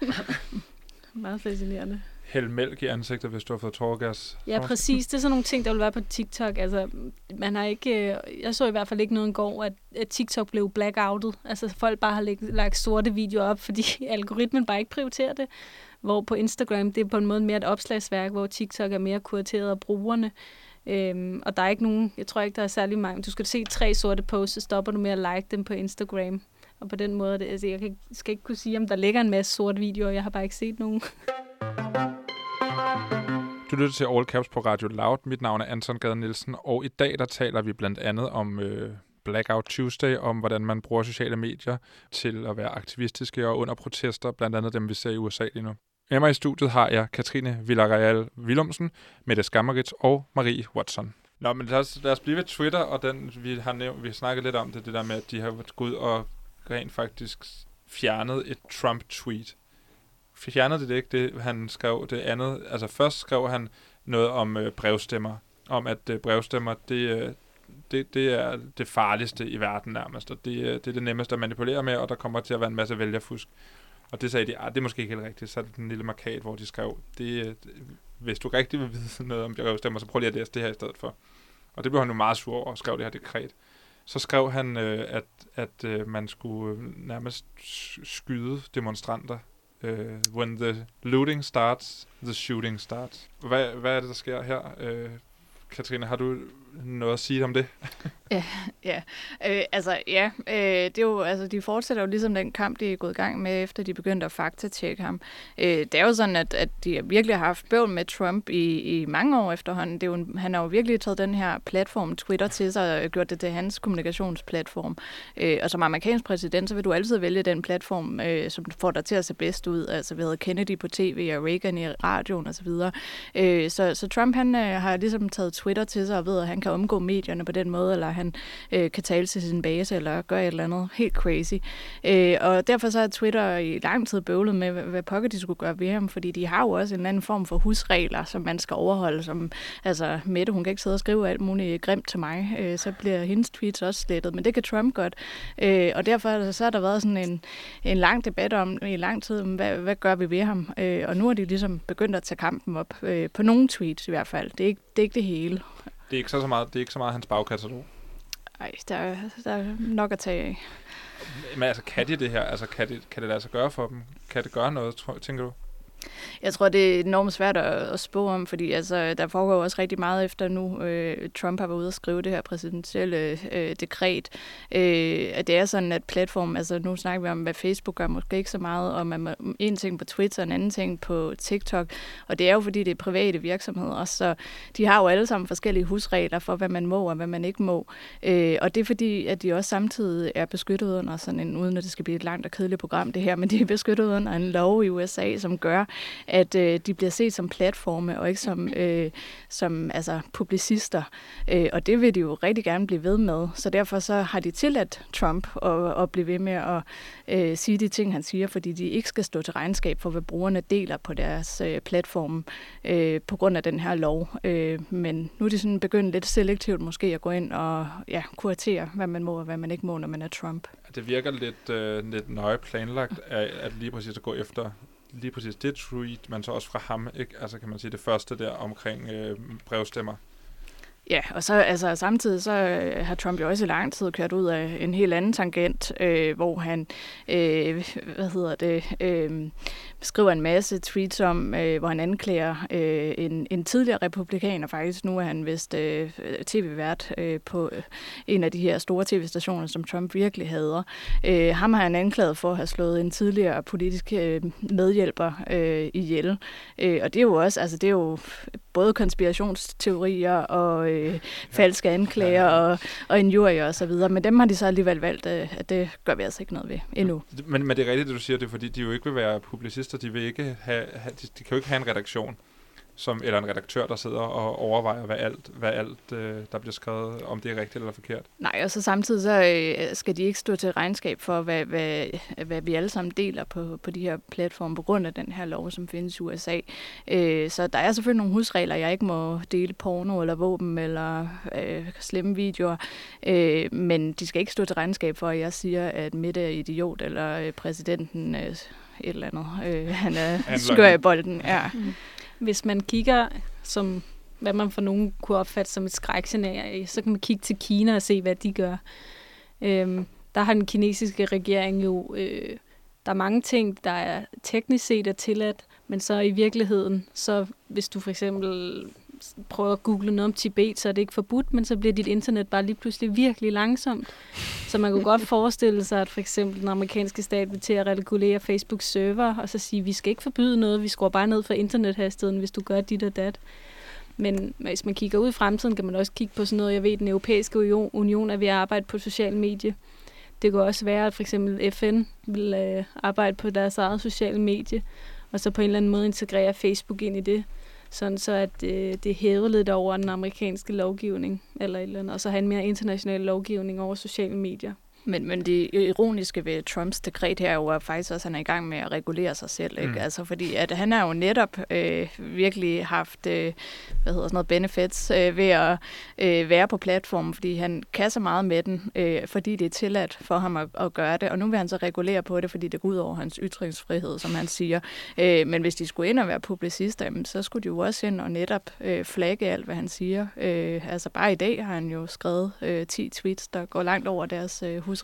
Meget fascinerende. Hæld mælk i ansigtet, hvis du har fået tåregas. Ja, præcis. Det er sådan nogle ting, der vil være på TikTok. Altså, man har ikke, jeg så i hvert fald ikke noget i går, at, at TikTok blev blackoutet. Altså, folk bare har lagt sorte videoer op, fordi algoritmen bare ikke prioriterer det. Hvor på Instagram, det er på en måde mere et opslagsværk, hvor TikTok er mere kurateret af brugerne. Øhm, og der er ikke nogen, jeg tror ikke, der er særlig mange. Du skal se tre sorte posts, så stopper du med at like dem på Instagram. Og på den måde, det, altså, jeg kan, skal ikke kunne sige, om der ligger en masse sorte videoer. Jeg har bare ikke set nogen. Du lytter til All Caps på Radio Loud. Mit navn er Anton Gade Nielsen, og i dag der taler vi blandt andet om øh, Blackout Tuesday, om hvordan man bruger sociale medier til at være aktivistiske og under protester, blandt andet dem, vi ser i U S A lige nu. Med mig i studiet har jeg Katrine Villarreal Willumsen, Mette Skammeritz og Marie Watson. Nå, men lad os, lad os blive ved Twitter, og den, vi har nævnt, vi har snakket lidt om det, det der med, at de har gået ud og rent faktisk fjernet et Trump-tweet. Fjernede det ikke, det han skrev det andet. Altså først skrev han noget om øh, brevstemmer. Om at øh, brevstemmer, det, øh, det, det er det farligste i verden nærmest. Og det, øh, det er det nemmeste at manipulere med, og der kommer til at være en masse vælgerfusk. Og det sagde de, ah, det er måske ikke helt rigtigt. Så er det den lille markat, hvor de skrev, det, øh, hvis du rigtig vil vide noget om brevstemmer, så prøv lige at læse det her i stedet for. Og det blev han jo meget sur over og skrev det her dekret. Så skrev han, øh, at, at øh, man skulle øh, nærmest skyde demonstranter. Uh, when the looting starts, the shooting starts. Hvad, hvad er det, der sker her? Uh, Katrine, har du noget at sige om det? ja, ja. Øh, altså, ja. Øh, det er jo, altså, de fortsætter jo ligesom den kamp, de er gået i gang med, efter de begyndte at faktatjekke ham. Øh, det er jo sådan, at, at de virkelig har haft bøvl med Trump i, i mange år efterhånden. Det er jo, han har jo virkelig taget den her platform, Twitter, til sig og gjort det til hans kommunikationsplatform. Øh, og som amerikansk præsident, så vil du altid vælge den platform, øh, som får dig til at se bedst ud. Altså, vi havde Kennedy på tv og Reagan i radioen osv. Øh, så, så Trump, han øh, har ligesom taget Twitter til sig og ved, at han kan omgå medierne på den måde, eller han øh, kan tale til sin base, eller gøre et eller andet helt crazy. Øh, og derfor så er Twitter i lang tid bøvlet med, hvad, hvad pokker de skulle gøre ved ham, fordi de har jo også en anden form for husregler, som man skal overholde, som, altså Mette, hun kan ikke sidde og skrive alt muligt grimt til mig, øh, så bliver hendes tweets også slettet, men det kan Trump godt. Øh, og derfor så har der været sådan en, en lang debat om, i lang tid, om hvad, hvad gør vi ved ham, øh, og nu har de ligesom begyndt at tage kampen op, øh, på nogle tweets i hvert fald. Det er ikke det, er ikke det hele. Det er ikke så, så meget, det er ikke så meget hans bagkatalog. Nej, der, der er nok at tage af. Men altså, kan de det her? Altså, kan det, kan det lade sig gøre for dem? Kan det gøre noget, tror, tænker du? Jeg tror, det er enormt svært at, at spå om, fordi altså, der foregår også rigtig meget efter nu. Øh, Trump har været ude og skrive det her præsidentielle øh, dekret. Øh, at det er sådan, at platformen, altså nu snakker vi om, hvad Facebook gør, måske ikke så meget, og man, en ting på Twitter, en anden ting på TikTok. Og det er jo, fordi det er private virksomheder, så de har jo alle sammen forskellige husregler for, hvad man må og hvad man ikke må. Øh, og det er fordi, at de også samtidig er beskyttet under sådan en, uden at det skal blive et langt og kedeligt program, det her, men de er beskyttet under en lov i U S A, som gør, at øh, de bliver set som platforme og ikke som, øh, som altså, publicister. Øh, og det vil de jo rigtig gerne blive ved med. Så derfor så har de tilladt Trump at, at blive ved med at øh, sige de ting, han siger, fordi de ikke skal stå til regnskab for, hvad brugerne deler på deres øh, platform øh, på grund af den her lov. Øh, men nu er de sådan begyndt lidt selektivt måske at gå ind og ja, kuratere, hvad man må og hvad man ikke må, når man er Trump. Det virker lidt, øh, lidt nøje planlagt, at, at lige præcis at gå efter lige præcis det tweet, men så også fra ham, ikke? Altså kan man sige det første der omkring øh, brevstemmer. Ja, og så altså, samtidig så øh, har Trump jo også i lang tid kørt ud af en helt anden tangent, øh, hvor han øh, hvad hedder det, øh, skriver en masse tweets om, øh, hvor han anklager øh, en, en tidligere republikaner. Faktisk nu er han vist øh, tv-vært øh, på en af de her store tv-stationer, som Trump virkelig hader. Øh, ham har han anklaget for at have slået en tidligere politisk øh, medhjælper øh, ihjel. Øh, og det er jo også, altså det er jo både konspirationsteorier og øh, falske anklager og, og injurier og så videre. Men dem har de så alligevel valgt, at det gør vi altså ikke noget ved endnu. Men, men det er rigtigt, det du siger, det er fordi, de jo ikke vil være publicister. De vil ikke have, have de, de kan jo ikke have en redaktion, som, eller en redaktør, der sidder og overvejer, hvad alt, hvad alt øh, der bliver skrevet, om det er rigtigt eller forkert. Nej, og så samtidig så øh, skal de ikke stå til regnskab for, hvad, hvad, hvad vi alle sammen deler på, på de her platforme på grund af den her lov, som findes i U S A. Øh, så der er selvfølgelig nogle husregler. Jeg ikke må dele porno eller våben eller øh, slemme videoer, øh, men de skal ikke stå til regnskab for, at jeg siger, at Mette er idiot eller øh, præsidenten øh, et eller andet. Øh, han er skør i bolden. Ja. Mm. Hvis man kigger, som hvad man for nogen kunne opfatte som et skrækscenarie, så kan man kigge til Kina og se, hvad de gør. Øhm, der har den kinesiske regering jo, øh, der er mange ting, der er teknisk set er tilladt, men så i virkeligheden, så hvis du for eksempel prøver at google noget om Tibet, så er det ikke forbudt, men så bliver dit internet bare lige pludselig virkelig langsomt. Så man kunne godt forestille sig, at for eksempel den amerikanske stat vil til at regulere Facebooks server, og så sige, vi skal ikke forbyde noget, vi skruer bare ned for internethastigheden, hvis du gør dit og dat. Men hvis man kigger ud i fremtiden, kan man også kigge på sådan noget, jeg ved, den europæiske union er ved at arbejde på sociale medier. Det kan også være, at for eksempel F N vil øh, arbejde på deres eget sociale medie, og så på en eller anden måde integrere Facebook ind i det, sådan så at øh, det er hævet lidt over den amerikanske lovgivning, eller et eller andet, og så have en mere international lovgivning over sociale medier. Men, men det ironiske ved Trumps dekret her er jo faktisk også, at han er i gang med at regulere sig selv. Ikke? Mm. Altså, fordi at han har jo netop øh, virkelig haft øh, hvad hedder sådan noget benefits øh, ved at øh, være på platformen, fordi han kan så meget med den, øh, fordi det er tilladt for ham at, at gøre det. Og nu vil han så regulere på det, fordi det går ud over hans ytringsfrihed, som han siger. Øh, men hvis de skulle ind og være publicister, jamen, så skulle de jo også ind og netop øh, flagge alt, hvad han siger. Øh, altså bare i dag har han jo skrevet øh, ti tweets, der går langt over deres øh, husregler.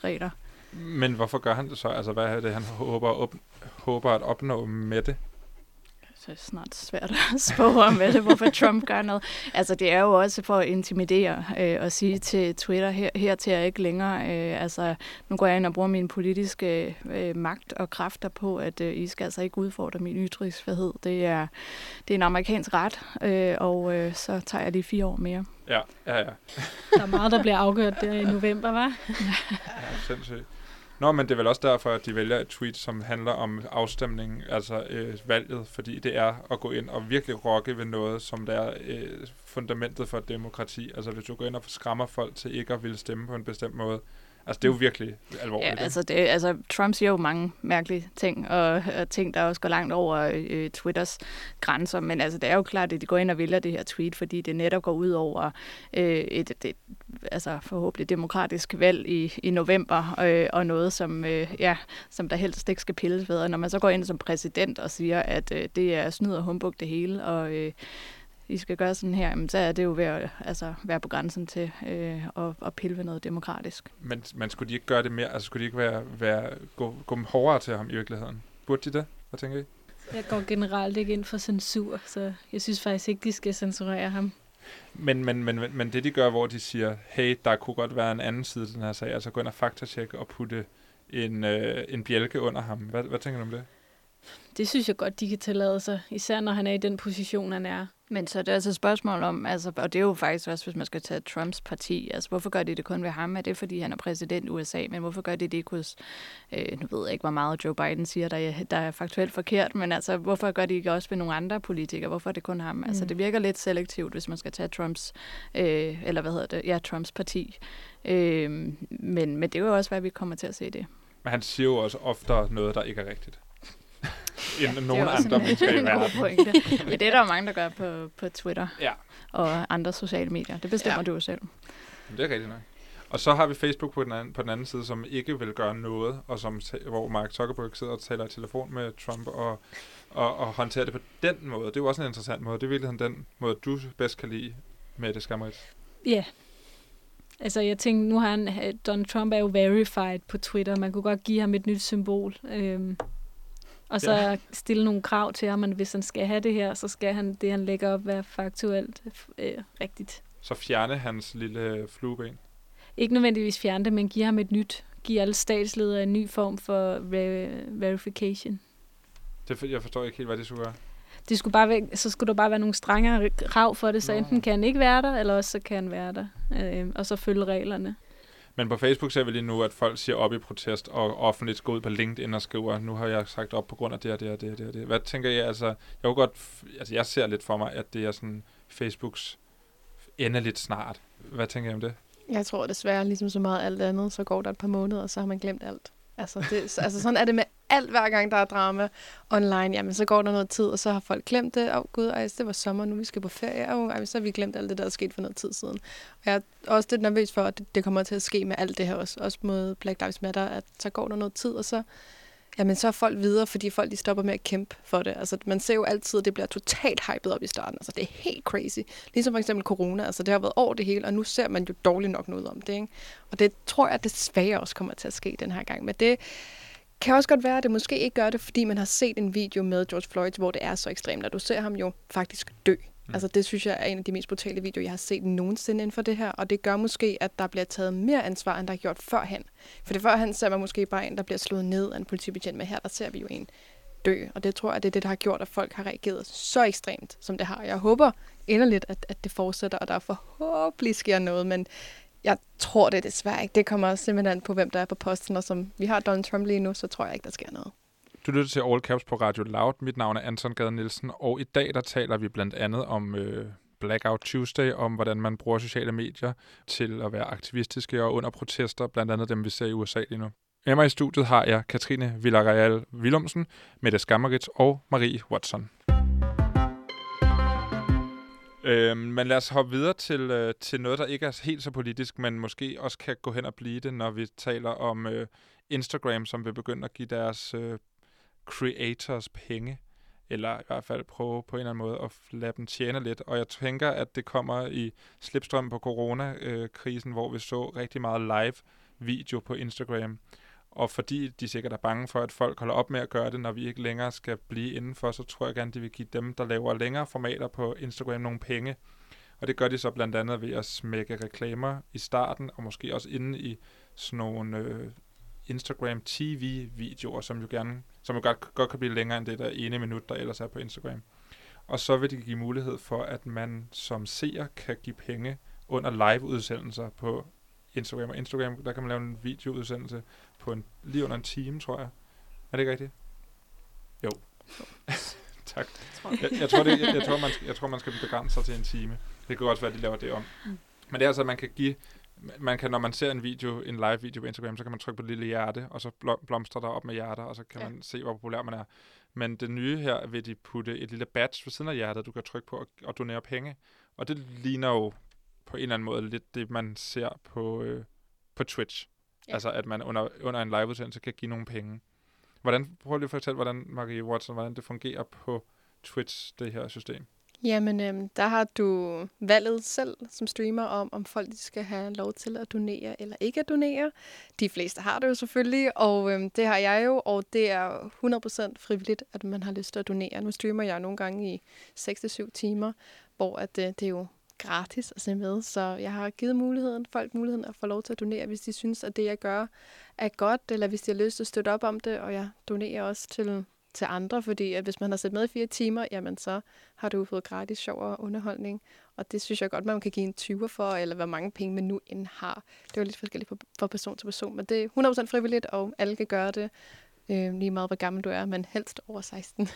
Men hvorfor gør han det så? Altså, hvad er det, han håber at, op- håber at opnå med det? Det er snart svært at spå om med det, hvorfor Trump gør noget. Altså, det er jo også for at intimidere øh, og sige til Twitter, her, her til jeg ikke længere. Øh, altså, nu går jeg ind og bruger min politiske øh, magt og kræfter på, at øh, I skal altså ikke udfordre min ytringsfrihed. Det er, det er en amerikansk ret, øh, og øh, så tager jeg lige fire år mere. Ja, ja, ja. Der er meget, der bliver afgjort der i november, hva'? Ja, sindssygt. Nå, men det er vel også derfor, at de vælger et tweet, som handler om afstemningen, altså øh, valget, fordi det er at gå ind og virkelig rokke ved noget, som der er øh, fundamentet for et demokrati. Altså hvis du går ind og skræmmer folk til ikke at ville stemme på en bestemt måde, altså det er jo virkelig alvorligt. Ja, altså, det, altså Trump siger jo mange mærkelige ting, og, og ting, der også går langt over øh, Twitters grænser, men altså det er jo klart, at de går ind og vælger det her tweet, fordi det netop går ud over øh, et, et, et altså forhåbentlig demokratisk valg i, i november, øh, og noget, som, øh, ja, som der helst ikke skal pilles ved. Og når man så går ind som præsident og siger, at øh, det er snyd og humbug det hele, og øh, I skal gøre sådan her, jamen, så er det jo ved at altså, være på grænsen til øh, at, at pille ved noget demokratisk. Men, men skulle de ikke gøre det mere? Altså skulle de ikke være, være, gå, gå hårdere til ham i virkeligheden? Burde de det? Hvad tænker I? Jeg går generelt ikke ind for censur, så jeg synes faktisk ikke, de skal censurere ham. Men, men, men, men det de gør, hvor de siger, hey, der kunne godt være en anden side til den her sag, altså gå ind og faktatjekke og putte en, øh, en bjælke under ham. Hvad, hvad tænker du om det? Det synes jeg godt, de kan tillade sig, især når han er i den position, han er. Men så er det altså et spørgsmål om, altså, og det er jo faktisk også, hvis man skal tage Trumps parti, altså hvorfor gør de det kun ved ham? Er det, fordi han er præsident i U S A? Men hvorfor gør de det ikke hos, øh, nu ved jeg ikke, hvor meget Joe Biden siger, der er, der er faktuelt forkert, men altså, hvorfor gør de ikke også ved nogle andre politikere? Hvorfor er det kun ham? Mm. Altså, det virker lidt selektivt, hvis man skal tage Trumps, øh, eller hvad hedder det, ja, Trumps parti. Øh, men, men det er jo også, hvad vi kommer til at se det. Men han siger jo også oftere noget, der ikke er rigtigt. Ja, end nogle andre mennesker i verden. Men det er der jo mange, der gør på, på Twitter ja. og andre sociale medier. Det bestemmer ja. du jo selv. Det er rigtigt nok. Og så har vi Facebook på den anden, på den anden side, som ikke vil gøre noget, og som, hvor Mark Zuckerberg sidder og taler i telefon med Trump og, og, og håndterer det på den måde. Det er jo også en interessant måde. Det er virkelig den måde, du bedst kan lide med det Skammerits. Ja. Yeah. Altså, jeg tænkte, nu har han, Donald Trump er jo verified på Twitter. Man kunne godt give ham et nyt symbol. Øhm, og så ja. stille nogle krav til ham, at hvis han skal have det her, så skal han det, han lægger op, være faktuelt øh, rigtigt. Så fjerne hans lille flueben? Ikke nødvendigvis fjerne det, men give ham et nyt. Give alle statsledere en ny form for ver- verification. Det, jeg forstår ikke helt, hvad det skulle gøre. Det skulle bare være, så skulle der bare være nogle strengere krav for det, så Nå. enten kan han ikke være der, eller også så kan han være der. Øh, og så følge reglerne. Men på Facebook ser vi lige nu, at folk siger op i protest, og offentligt går ud på LinkedIn og skriver, nu har jeg sagt op på grund af det og det og det og det og det. Hvad tænker I? Altså, jeg kunne godt, altså jeg ser lidt for mig, at det er sådan Facebooks endeligt snart. Hvad tænker I om det? Jeg tror desværre, ligesom så meget alt andet, så går der et par måneder, og så har man glemt alt. Altså, det, altså sådan er det med alt, hver gang der er drama online. Jamen, så går der noget tid, og så har folk glemt det. Åh oh, gud, ej, det var sommer, nu vi skal på ferie. Åh, oh, så har vi glemt alt det, der er sket for noget tid siden. Og jeg er også lidt nervøs for, at det, det kommer til at ske med alt det her også. Også mod Black Lives Matter, at så går der noget tid, og så, jamen, så er folk videre, fordi folk de stopper med at kæmpe for det. Altså, man ser jo altid, at det bliver totalt hypet op i starten. Altså, det er helt crazy. Ligesom for eksempel corona. Altså, det har været over det hele, og nu ser man jo dårligt nok noget om det, ikke? Og det tror jeg desværre også kommer til at ske den her gang. Men det kan også godt være, at det måske ikke gør det, fordi man har set en video med George Floyd, hvor det er så ekstremt, og du ser ham jo faktisk dø. Mm. Altså, det synes jeg er en af de mest brutale videoer, jeg har set nogensinde inden for det her, og det gør måske, at der bliver taget mere ansvar, end der er gjort førhen. For det førhen ser man måske bare en, der bliver slået ned af en politibetjent, men her der ser vi jo en dø, og det tror jeg, det er det, der har gjort, at folk har reageret så ekstremt, som det har. Jeg håber inderligt, at, at det fortsætter, og der forhåbentlig sker noget, men jeg tror det desværre ikke. Det kommer også simpelthen på, hvem der er på posten, og som vi har Donald Trump lige nu, så tror jeg ikke, der sker noget. Du lytter til All Caps på Radio Loud. Mit navn er Anton Gade Nielsen, og i dag der taler vi blandt andet om øh, Blackout Tuesday, om hvordan man bruger sociale medier til at være aktivistiske og under protester, blandt andet dem, vi ser i U S A lige nu. Med mig i studiet har jeg Katrine Villarreal Willumsen, Mette Skammerits og Marie Watson. Øhm, men lad os hoppe videre til, øh, til noget, der ikke er helt så politisk, men måske også kan gå hen og blive det, når vi taler om øh, Instagram, som vil begynde at give deres øh, creators penge, eller i hvert fald prøve på en eller anden måde at lade dem tjene lidt. Og jeg tænker, at det kommer i slipstrøm på coronakrisen, hvor vi så rigtig meget live-video på Instagram. Og fordi de sikkert er bange for, at folk holder op med at gøre det, når vi ikke længere skal blive indenfor, så tror jeg gerne, de vil give dem, der laver længere formater på Instagram, nogle penge. Og det gør de så blandt andet ved at smække reklamer i starten, og måske også inde i sådan nogle øh, Instagram T V-videoer, som jo gerne, som jo godt, godt kan blive længere end det der ene minut, der ellers er på Instagram. Og så vil de give mulighed for, at man som seer kan give penge under live-udsendelser på Instagram. Og Instagram, der kan man lave en videoudsendelse på en, lige under en time, tror jeg. Er det ikke rigtigt? Jo. Tak. Jeg, jeg, tror, det, jeg, jeg, tror, man skal, jeg tror, man skal begrænse sig til en time. Det kan også være, at de laver det om. Mm. Men det er altså, at man kan give, man kan, når man ser en video, en live video på Instagram, så kan man trykke på et lille hjerte, og så blomstrer der op med hjerter, og så kan ja. man se, hvor populær man er. Men det nye her vil de putte et lille badge ved siden af hjertet, du kan trykke på og, og donere penge. Og det ligner jo på en eller anden måde lidt det, man ser på, øh, på Twitch. Ja. Altså, at man under, under en live-udsendelse kan give nogle penge. Hvordan, prøv lige at fortælle, hvordan, Marie Watson, hvordan det fungerer på Twitch, det her system. Jamen, øhm, der har du valget selv som streamer om, om folk de skal have lov til at donere eller ikke at donere. De fleste har det jo selvfølgelig, og øhm, det har jeg jo, og det er hundrede procent frivilligt, at man har lyst til at donere. Nu streamer jeg nogle gange i seks til syv timer, hvor at, øh, det er jo gratis at se med, så jeg har givet muligheden, folk muligheden at få lov til at donere, hvis de synes, at det, jeg gør, er godt, eller hvis de har lyst til at støtte op om det, og jeg donerer også til til andre, fordi at hvis man har set med i fire timer, jamen så har du fået gratis sjov og underholdning. Og det synes jeg godt, man kan give en tyver for, eller hvor mange penge man nu end har. Det er jo lidt forskelligt fra, fra person til person, men det er hundrede procent frivilligt, og alle kan gøre det. Øh, lige meget, hvor gammel du er, men helst over seksten.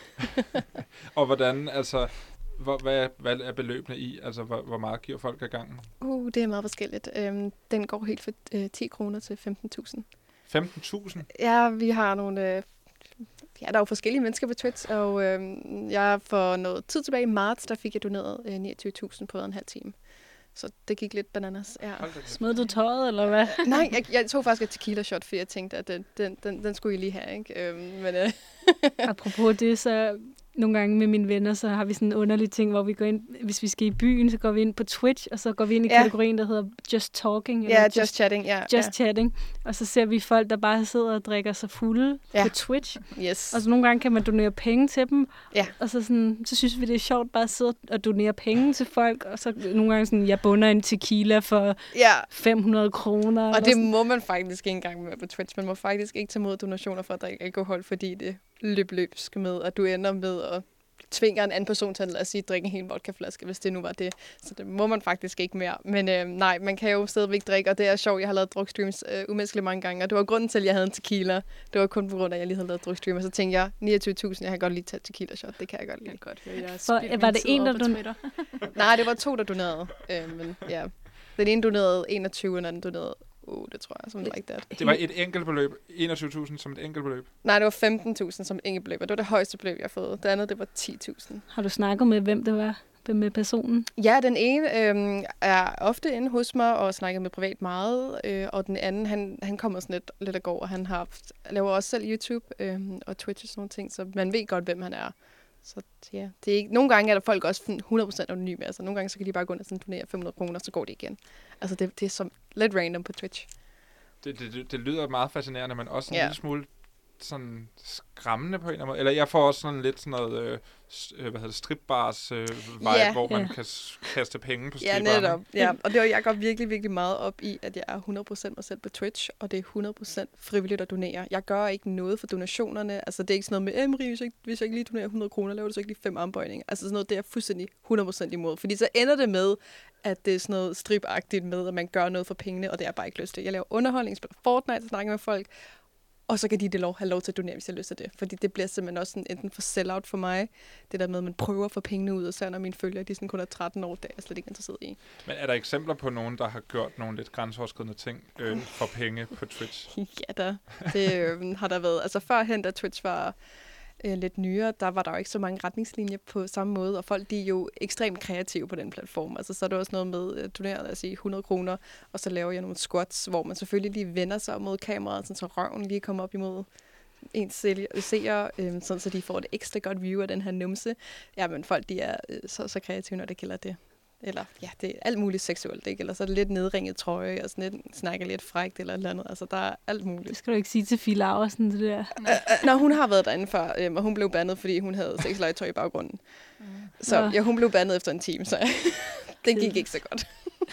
Og hvordan, altså, hvor, hvad, hvad er beløbene i? Altså, hvor, hvor meget giver folk ad gangen? Uh, det er meget forskelligt. Øhm, den går helt fra øh, ti kroner til femten tusind. femten tusind? Ja, vi har nogle... Øh, ja, der er jo forskellige mennesker på Twitch, og øh, jeg for noget tid tilbage i marts, der fik jeg doneret øh, niogtyve tusind på en halv time. Så det gik lidt bananas. Ja. Smed du tøjet, eller hvad? Nej, jeg, jeg tog faktisk et tequila shot, fordi jeg tænkte, at den, den, den, den skulle I lige have. Ikke? Øhm, men, øh. Apropos det, så nogle gange med mine venner, så har vi sådan en underlig ting, hvor vi går ind, hvis vi skal i byen, så går vi ind på Twitch, og så går vi ind i ja. kategorien, der hedder Just Talking. Ja, eller Just, just Chatting. Ja, just ja. Chatting. Og så ser vi folk, der bare sidder og drikker sig fulde ja. på Twitch. Yes. Og så nogle gange kan man donere penge til dem. Ja. Og så, sådan, så synes vi, det er sjovt bare at sidde og donere penge til folk. Og så nogle gange sådan, jeg bunder en tequila for ja. fem hundrede kroner. Og det sådan. Må man faktisk ikke engang med på Twitch. Man må faktisk ikke tage mod donationer for at drikke alkohol, fordi det løb løbsk med, at du ender med at tvinger en anden person til at sige, drikke en hel vodkaflaske, hvis det nu var det. Så det må man faktisk ikke mere. Men øh, nej, man kan jo stadigvæk drikke, og det er sjovt. Jeg har lavet drukstreams øh, umenneskeligt mange gange, og det var grunden til, at jeg havde en tequila. Det var kun på grund af, at jeg lige havde lavet drukstream, og så tænkte jeg, niogtyve tusind, jeg kan godt lige tage tequila shot. Det kan jeg godt lide. Jeg kan godt høre, jeg så var det en, der donerede? Nej, det var to, der donerede. Øh, men ja, den ene donerede enogtyve, og den anden donerede Uh, det tror jeg, som like that. Det var et enkelt beløb. enogtyve tusind som et enkelt beløb? Nej, det var femten tusind som et enkelt beløb, og det var det højeste beløb, jeg har fået. Det andet, det var ti tusind. Har du snakket med, hvem det var? Hvem med personen? Ja, den ene øh, er ofte inde hos mig og snakker med privat meget, øh, og den anden, han, han kommer sådan lidt, lidt og går, og han har, laver også selv YouTube øh, og Twitch og sådan nogle ting, så man ved godt, hvem han er. Så ja, det er ikke, nogle gange er der folk også hundrede procent anonyme, altså nogle gange så kan de bare gå ind og sådan donere fem hundrede kroner, så går det igen. Altså det, det er som lidt random på Twitch. Det, det, det lyder meget fascinerende, men også en ja. lille smule sådan skræmmende på en eller anden måde. Eller jeg får også sådan lidt sådan noget, øh, hvad hedder det, stripbars øh, vibe, ja. hvor man ja. kan kaste penge på ja, stripbarne. Netop. Ja, og det var, jeg går virkelig, virkelig meget op i, at jeg er hundrede procent mig selv på Twitch, og det er hundrede procent frivilligt at donere. Jeg gør ikke noget for donationerne. Altså, det er ikke sådan noget med, Emry, hvis, hvis jeg ikke lige donerer hundrede kroner, laver du så ikke lige fem armbøjninger. Altså, sådan noget, det er jeg fuldstændig hundrede procent imod. Fordi så ender det med, at det er sådan noget stripagtigt med, at man gør noget for pengene, og det er bare ikke lyst til. Jeg laver underholdning, spiller Fortnite, snakker med folk, og så kan de det lov, have lov til at donere, hvis jeg har lyst til det. Fordi det bliver simpelthen også sådan, enten for sell-out for mig, det der med, at man prøver at få pengene ud, og så når mine følgere, de sådan kun er tretten år, det er jeg slet ikke interesseret i. Men er der eksempler på nogen, der har gjort nogle lidt grænseoverskridende ting øh, for penge på Twitch? Ja da, det øh, har der været. Altså førhen, da Twitch var øh, lidt nyere, der var der jo ikke så mange retningslinjer på samme måde, og folk de er jo ekstremt kreative på den platform. Altså så er der også noget med at donere, lad os sige, hundrede kroner, og så laver jeg nogle squats, hvor man selvfølgelig lige vender sig mod kameraet, sådan så røven lige kommer op imod ens seere, øh, sådan så de får et ekstra godt view af den her numse. Ja, men folk de er øh, så, så kreative, når det gælder det. Eller ja, det er alt muligt seksuelt, ikke? Eller så er det lidt nedringet trøje, og sådan lidt, snakker lidt frækt eller et eller andet. Altså, der er alt muligt. Det skal du ikke sige til Fie Laursen, det der. Øh, øh, Nå, hun har været derinde før, øh, og hun blev bandet, fordi hun havde sexlegetøj i baggrunden. Mm. Så ja, hun blev bandet efter en time, så det gik ikke så godt.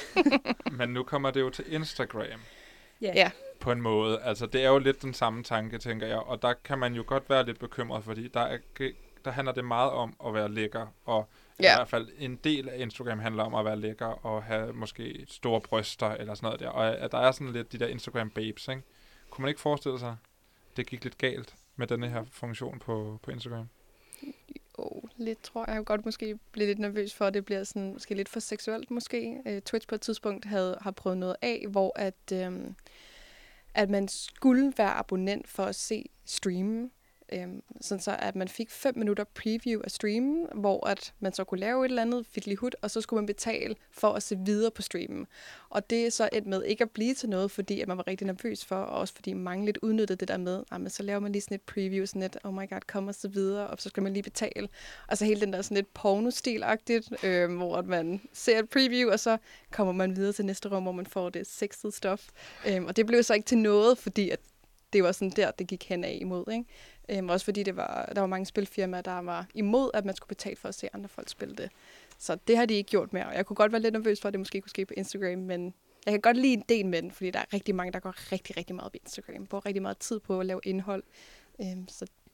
Men nu kommer det jo til Instagram. Ja. Yeah. På en måde. Altså, det er jo lidt den samme tanke, tænker jeg. Og der kan man jo godt være lidt bekymret, fordi der, er, der handler det meget om at være lækker, og ja. i hvert fald en del af Instagram handler om at være lækker og have måske store bryster eller sådan noget der. Og at der er sådan lidt de der Instagram babes, ikke? Kunne man ikke forestille sig, det gik lidt galt med denne her funktion på, på Instagram? Jo, lidt tror jeg. Jeg godt måske blive lidt nervøs for, at det bliver sådan måske lidt for seksuelt måske. Uh, Twitch på et tidspunkt havde, har prøvet noget af, hvor at, um, at man skulle være abonnent for at se streamen. Øhm, sådan så at man fik fem minutter preview af streamen, hvor at man så kunne lave et eller andet fiddly-hut, og så skulle man betale for at se videre på streamen. Og det er så et med ikke at blive til noget, fordi at man var rigtig nervøs for, og også fordi mange lidt udnyttede det der med, at men så laver man lige sådan et preview, sådan et, oh my god, kom og så videre, og så skal man lige betale. Og så hele den der sådan lidt porno-stil-agtigt, øh, hvor at man ser et preview, og så kommer man videre til næste rum, hvor man får det sexede stof. Øh, og det blev så ikke til noget, fordi at det var sådan der, det gik hen af imod, ikke? Øhm, også fordi det var, der var mange spilfirmaer, der var imod, at man skulle betale for at se andre folk spille det. Så det har de ikke gjort mere. Og jeg kunne godt være lidt nervøs for, at det måske kunne ske på Instagram, men jeg kan godt lide en del med den, fordi der er rigtig mange, der går rigtig, rigtig meget på Instagram. Bruger rigtig meget tid på at lave indhold. Øhm, så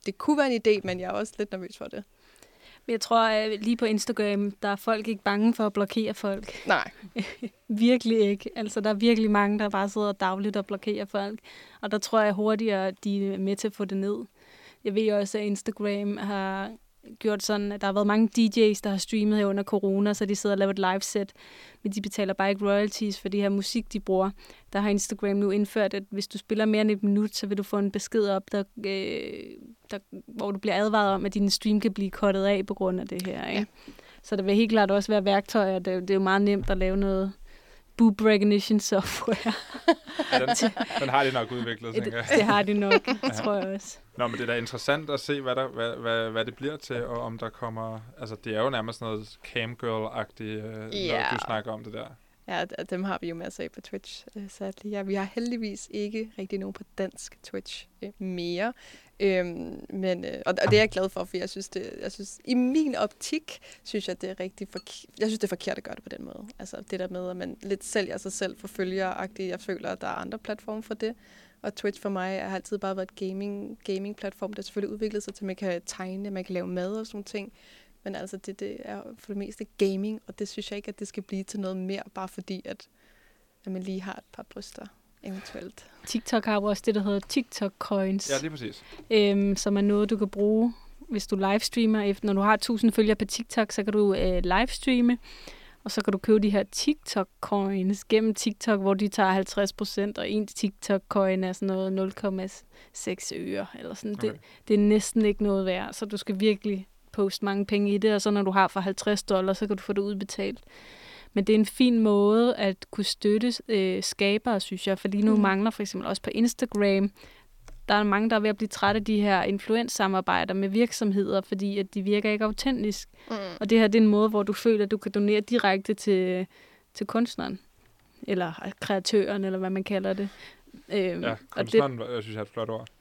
det kunne være en idé, men jeg er også lidt nervøs for det. Men jeg tror, at lige på Instagram, der er folk ikke bange for at blokere folk. Nej. Virkelig ikke. Altså, der er virkelig mange, der bare sidder dagligt og blokerer folk. Og der tror jeg hurtigere, at de er med til at få det ned. Jeg ved også, at Instagram har gjort sådan, at der har været mange D J's, der har streamet her under corona, så de sidder og laver et live-set, men de betaler bare ikke royalties for det her musik, de bruger. Der har Instagram nu indført, at hvis du spiller mere end et minut, så vil du få en besked op, der, øh, der, hvor du bliver advaret om, at din stream kan blive cuttet af på grund af det her. Ikke? Ja. Så der vil helt klart også være værktøjer. Det, det er jo meget nemt at lave noget boob recognition software. Ja, den, den har de nok udviklet, tænker jeg. Det, det har de nok, det tror jeg også. Nå, men det er da interessant at se, hvad, der, hvad, hvad, hvad det bliver til, og om der kommer... Altså, det er jo nærmest noget camgirl-agtigt, øh, yeah. noget du snakker om det der. Ja, dem har vi jo masser af på Twitch, øh, sadly. Ja, vi har heldigvis ikke rigtig nogen på dansk Twitch øh, mere. Øhm, men, øh, og, og det er jeg glad for, for jeg synes, det, jeg synes, i min optik, synes jeg, det er rigtig fork- jeg synes, det er forkert at gøre det på den måde. Altså det der med, at man lidt sælger sig selv for følger-agtigt. Jeg føler, at der er andre platforme for det. Og Twitch for mig har altid bare været et gaming, gaming-platform, der selvfølgelig udviklet sig til, at man kan tegne, man kan lave mad og sådan ting. Men altså, det, det er for det meste gaming, og det synes jeg ikke, at det skal blive til noget mere, bare fordi, at, at man lige har et par bryster, eventuelt. TikTok har jo også det, der hedder TikTok-coins. Ja, lige præcis. Øhm, som er noget, du kan bruge, hvis du livestreamer. Efter, når du har tusind følgere på TikTok, så kan du øh, livestreame, og så kan du købe de her TikTok-coins gennem TikTok, hvor de tager halvtreds procent, og en TikTok-coin er sådan noget nul komma seks øre, eller sådan. Okay. Det, det er næsten ikke noget værd, så du skal virkelig poste mange penge i det, og så når du har for halvtreds dollar, så kan du få det udbetalt. Men det er en fin måde at kunne støtte øh, skabere, synes jeg, for lige nu mm. mangler for eksempel også på Instagram, der er mange, der er ved at blive trætte af de her influence-samarbejder med virksomheder, fordi at de virker ikke autentisk. Mm. Og det her det er en måde, hvor du føler, at du kan donere direkte til, til kunstneren, eller kreatøren, eller hvad man kalder det. Øhm, ja, kunstneren, det, jeg synes, jeg er et flot ord.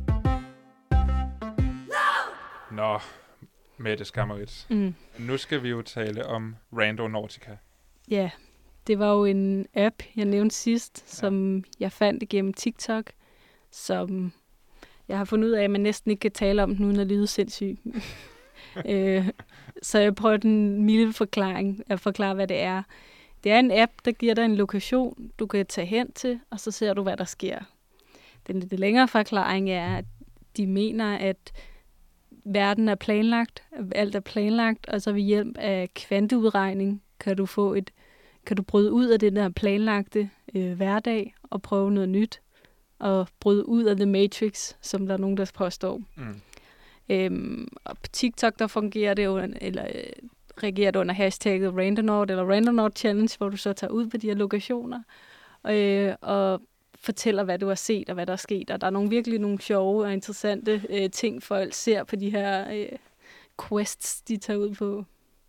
Nå, Mette Skammerits. Mm. Nu skal vi jo tale om Randonautica. Ja, det var jo en app, jeg nævnte sidst, ja. som jeg fandt igennem TikTok, som jeg har fundet ud af, at man næsten ikke kan tale om den, uden at lyde sindssyg. øh, så jeg prøver den milde forklaring at forklare, hvad det er. Det er en app, der giver dig en lokation, du kan tage hen til, og så ser du, hvad der sker. Den lidt længere forklaring er, at de mener, at verden er planlagt, alt er planlagt, og så ved hjælp af kvanteudregning kan du få et, kan du bryde ud af den der planlagte øh, hverdag og prøve noget nyt, og bryde ud af The Matrix, som der er nogen, der påstår. Mm. Øhm, og på TikTok, der fungerer det under, eller øh, reagerer det under hashtagget Randonaut eller Randonaut Challenge, hvor du så tager ud på de her lokationer, øh, og fortæller, hvad du har set og hvad der er sket. Og der er nogle virkelig nogle sjove og interessante øh, ting, folk ser på de her øh, quests, de tager ud på.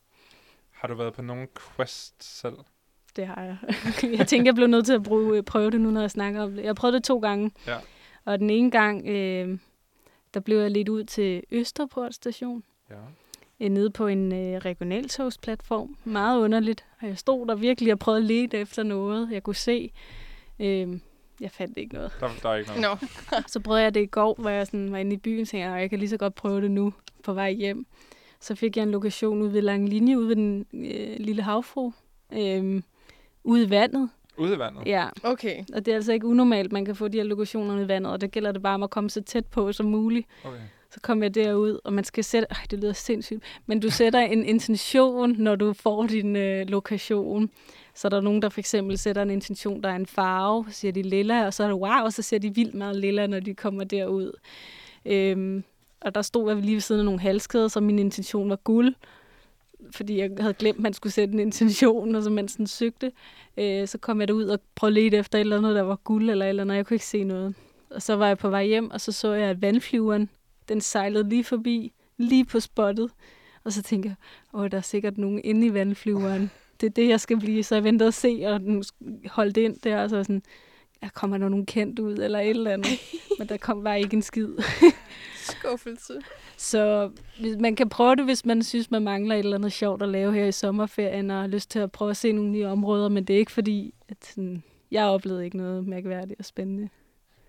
Har du været på nogle quests selv? Det har jeg. Jeg tænkte, jeg blev nødt til at bruge, prøve det nu, når jeg snakker om det. Jeg har prøvet det to gange. Ja. Og den ene gang, øh, der blev jeg lidt ud til Østerport station. Ja. Nede på en øh, regionaltogsplatform. Meget underligt. Og jeg stod der virkelig og prøvede at lede efter noget, jeg kunne se. Øh, Jeg fandt ikke noget. Der, der er ikke noget. No. Så prøvede jeg det i går, hvor jeg sådan var inde i byen, og tænkte, jeg kan lige så godt prøve det nu på vej hjem. Så fik jeg en lokation ude ved Lang Linje, ude ved den øh, lille havfru. Øh, ude i vandet. Ude i vandet? Ja. Okay. Og det er altså ikke unormalt, man kan få de her lokationer ude i vandet, og der gælder det bare om at komme så tæt på som muligt. Okay. Så kom jeg derud, og man skal sætte... Ej, det lyder sindssygt. Men du sætter en intention, når du får din øh, lokation. Så er der nogen, der for eksempel sætter en intention, der er en farve, så siger de lilla, og så er det wow, og så ser de vildt meget lilla, når de kommer derud. Øhm, og der stod jeg lige ved siden af nogle halskæder, så min intention var guld, fordi jeg havde glemt, at man skulle sætte en intention, og så man sådan søgte. Øh, så kom jeg derud og prøvede at lede efter et eller andet, der var guld eller et eller andet, og jeg kunne ikke se noget. Og så var jeg på vej hjem, og så så jeg, at vandflyveren, den sejlede lige forbi, lige på spottet. Og så tænkte jeg, åh, der er sikkert nogen inde i vandflyveren. Det er det, jeg skal blive. Så jeg ventede at se, og den holdt ind der, og så sådan, ja, kommer der nogen kendt ud, eller et eller andet. Men der kom bare ikke en skid. Skuffelse. Så man kan prøve det, hvis man synes, man mangler et eller andet sjovt at lave her i sommerferien, og har lyst til at prøve at se nogle nye områder, men det er ikke fordi, at sådan, jeg oplevede ikke noget mærkværdigt og spændende.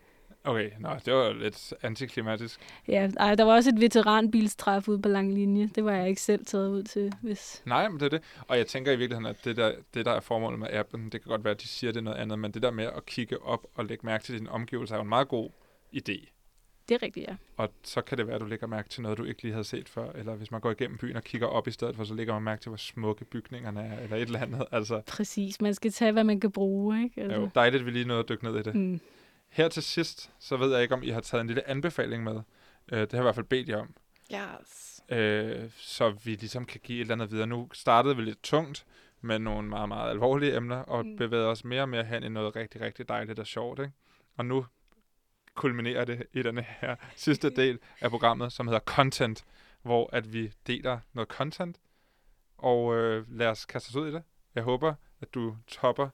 Okay, nå, det var lidt antiklimatisk. Ja, ej, der var også et veteranbilstræf ude på lang linje. Det var jeg ikke selv taget ud til, hvis... Nej, men det er det. Og jeg tænker i virkeligheden, at det der, det der er formålet med appen, det kan godt være, at de siger det er noget andet, men det der med at kigge op og lægge mærke til dine omgivelser er jo en meget god idé. Det er rigtigt, ja. Og så kan det være, at du lægger mærke til noget, du ikke lige havde set før. Eller hvis man går igennem byen og kigger op i stedet for, så lægger man mærke til, hvor smukke bygningerne er, eller et eller andet. Altså, Præcis, man skal tage, hvad man kan bruge, ikke? Altså. jo, dejligt, at vi lige nåede at dykke ned i det. Mm. Her til sidst, så ved jeg ikke, om I har taget en lille anbefaling med. Uh, det har jeg i hvert fald bedt jer om. Yes. Uh, så vi ligesom kan give et eller andet videre. Nu startede vi lidt tungt med nogle meget, meget alvorlige emner, og Mm. bevægede os mere og mere hen i noget rigtig, rigtig dejligt og sjovt. Ikke? Og nu kulminerer det i denne her sidste del af programmet, som hedder Content, hvor at vi deler noget content, og øh, lad os kaste os ud i det. Jeg håber, at du topper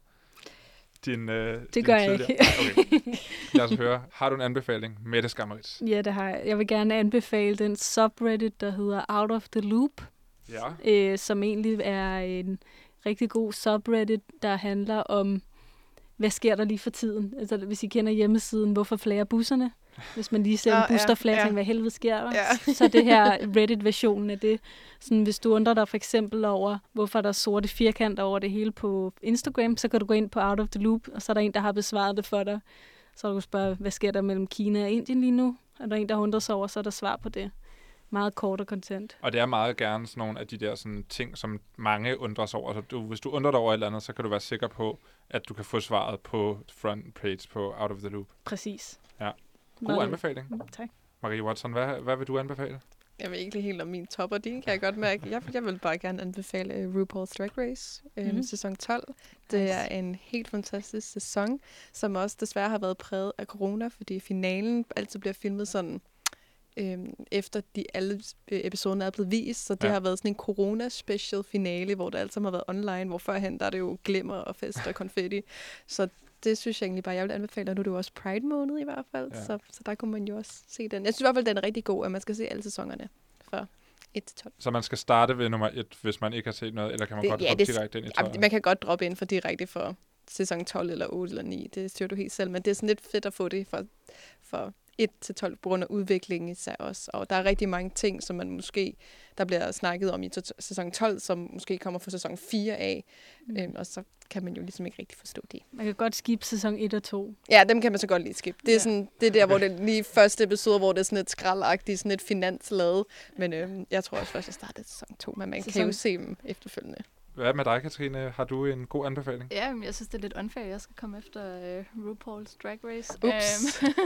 din øh, Det din gør jeg tidligere- ikke. Okay. Lad os høre. Har du en anbefaling? Mette Skammerits. Ja, det har jeg. Jeg vil gerne anbefale den subreddit, der hedder Out of the Loop, Ja. øh, som egentlig er en rigtig god subreddit, der handler om, hvad sker der lige for tiden? Altså, hvis I kender hjemmesiden, hvorfor flager busserne? Hvis man lige ser en Nå, bus, ja, der flager, ja. tænker, hvad helvede sker der? Ja. Så det her Reddit-versionen af det. Sådan, hvis du undrer dig for eksempel over, hvorfor der er sorte firkanter over det hele på Instagram, så kan du gå ind på Out of the Loop, og så er der en, der har besvaret det for dig. Så kan du spørge, hvad sker der mellem Kina og Indien lige nu? Er der en, der undrer sig over, så er der svar på det. Meget kort og content. Og det er meget gerne sådan nogle af de der sådan, ting, som mange undrer sig over. Så du, hvis du undrer dig over et eller andet, så kan du være sikker på, at du kan få svaret på front page på Out of the Loop. Præcis. Ja. God Meget- anbefaling. Mm, Tak. Marie Watson, hvad, hvad vil du anbefale? Jeg ved ikke lige helt om min top, og din kan jeg godt mærke. Jeg, jeg vil bare gerne anbefale uh, RuPaul's Drag Race, øh, Mhm. sæson tolv. Det er en helt fantastisk sæson, som også desværre har været præget af corona, fordi finalen altid bliver filmet sådan, øh, efter de alle øh, episoderne er blevet vist. Så det Ja. ja. har været sådan en corona-special finale, hvor det altid har været online, hvor førhen der er det jo glimmer og fest og konfetti. Så det synes jeg egentlig bare, jeg vil anbefale, og nu er det jo også Pride-måned i hvert fald, Ja. ja. så, så der kunne man jo også se den. Jeg synes i hvert fald, den er rigtig god, at man skal se alle sæsonerne fra et til tolv. Så man skal starte ved nummer et, hvis man ikke har set noget, eller kan man Det- godt ja, hoppe det- direkte ind i Ja, tøjet? man kan godt droppe ind for direkte for sæson tolv eller otte eller ni. Det styrer du helt selv, men det er sådan lidt fedt at få det fra, for et til tolv på grund af udviklingen især også. Og der er rigtig mange ting, som man måske, der bliver snakket om i to- sæson tolv, som måske kommer fra sæson fire af. Mm. Øhm, og så kan man jo ligesom ikke rigtig forstå det. Man kan godt skip sæson et og to. Ja, dem kan man så godt lige skippe. Det er, Ja. sådan, det er der, hvor det er lige første episode, hvor det er sådan et skraldagtigt, sådan et finanslade. Men øhm, jeg tror også først, jeg startede sæson to, men man sæson... kan jo se dem efterfølgende. Hvad med dig, Katrine? Har du en god anbefaling? Ja, men jeg synes, det er lidt unfair, at jeg skal komme efter uh, RuPaul's Drag Race. Ups. Øhm,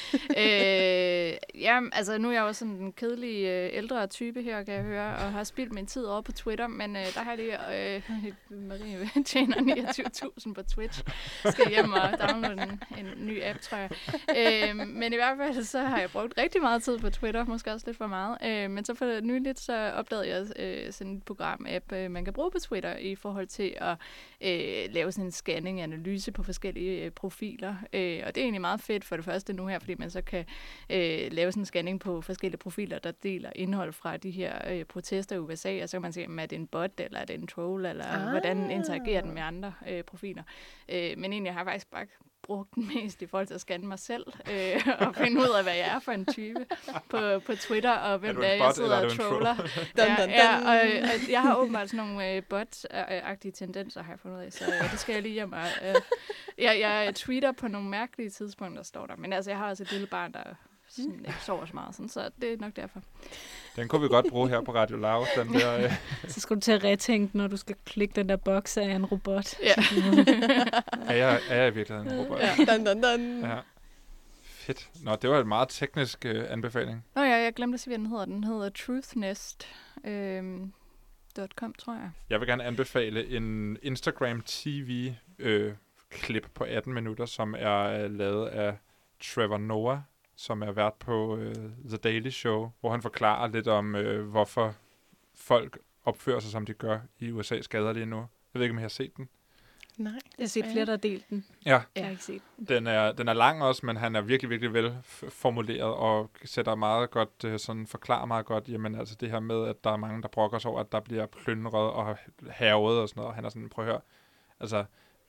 øh, ja, altså nu er jeg jo sådan en kedelig øh, ældre type her, kan jeg høre, og har spildt min tid over på Twitter, men øh, der har jeg lige, øh, Marie tjener niogtyve tusind på Twitch. Skal hjem og downloade en, en ny app, tror jeg. Øh, men i hvert fald så har jeg brugt rigtig meget tid på Twitter, måske også lidt for meget. Øh, men så for nyligt så opdagede jeg øh, sådan et program-app, øh, man kan bruge på Twitter, i forhold til at øh, lave sådan en scanning, analyse på forskellige øh, profiler. Øh, og det er egentlig meget fedt for det første nu her, fordi man så kan øh, lave sådan en scanning på forskellige profiler, der deler indhold fra de her øh, protester i U S A, og så kan man se, om er det en bot, eller er det en troll, eller ah. hvordan interagerer den med andre øh, profiler. Øh, men egentlig har jeg faktisk bare brugt den mest i forhold til at scanne mig selv, øh, og finde ud af, hvad jeg er for en type på, på Twitter, og hvem Er du der en er, bot, jeg sidder eller er og du en troller. Dun, Ja, dun, ja, dun. og, og jeg har åbenbart sådan nogle øh, bot-agtige tendenser, har jeg fundet ud af, så øh, det skal jeg lige hjem og... Øh, jeg, jeg tweeter på nogle mærkelige tidspunkter, står der, men altså, jeg har også et lille barn, der sådan, ikke sover så meget, sådan, så det er nok derfor. Den kunne vi godt bruge her på Radio Loud, den der... Øh. Så skal du til at retænke, når du skal klikke den der boks af en robot. Ja. Er jeg, er jeg i virkeligheden en robot? Ja. Dun, dun, dun. Ja. Fedt. Nå, det var en meget teknisk øh, anbefaling. Nå ja, jeg glemte at sige, hvad den hedder. Den hedder truthnest punktum com, tror jeg. Jeg vil gerne anbefale en Instagram T V øh, klip på atten minutter, som er øh, lavet af Trevor Noah, som er vært på øh, The Daily Show, hvor han forklarer lidt om, øh, hvorfor folk opfører sig, som de gør i U S A's gader lige nu. Jeg ved ikke, om I har set den. Nej. Jeg har set flere, der har delt den. Ja, Jeg har ikke set den. den er, den er lang også, men han er virkelig, virkelig vel f- formuleret og sætter meget godt, øh, sådan forklarer meget godt, jamen altså det her med, at der er mange, der brokker sig over, at der bliver plyndret og hærget og sådan noget. Og han er sådan, prøv at høre, altså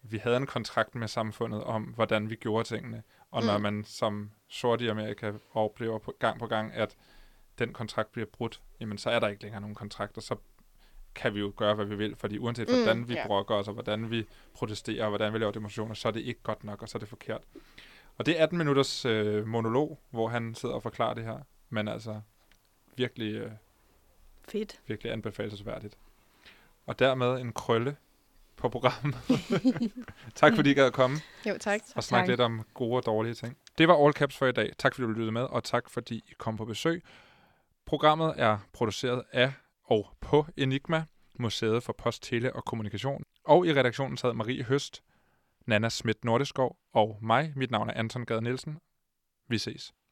vi havde en kontrakt med samfundet om, hvordan vi gjorde tingene. Og mm. når man som sort i Amerika oplever på gang på gang, at den kontrakt bliver brudt, jamen så er der ikke længere nogen kontrakt, og så kan vi jo gøre, hvad vi vil, fordi uanset Mm, hvordan vi ja. brokker os, og hvordan vi protesterer, og hvordan vi laver demonstrationer, så er det ikke godt nok, og så er det forkert. Og det er atten minutters øh, monolog, hvor han sidder og forklarer det her, men altså virkelig, øh, Fedt. virkelig anbefalesværdigt. Og dermed en krølle på programmet. Tak fordi I gad at komme Jo, tak. og snakke tak. lidt om gode og dårlige ting. Det var All Caps for i dag. Tak fordi du lyttede med, og tak fordi I kom på besøg. Programmet er produceret af og på Enigma, Museet for Post, Tele og Kommunikation. Og i redaktionen sad Marie Høst, Nana Schmidt Nordeskov og mig. Mit navn er Anton Gade Nielsen. Vi ses.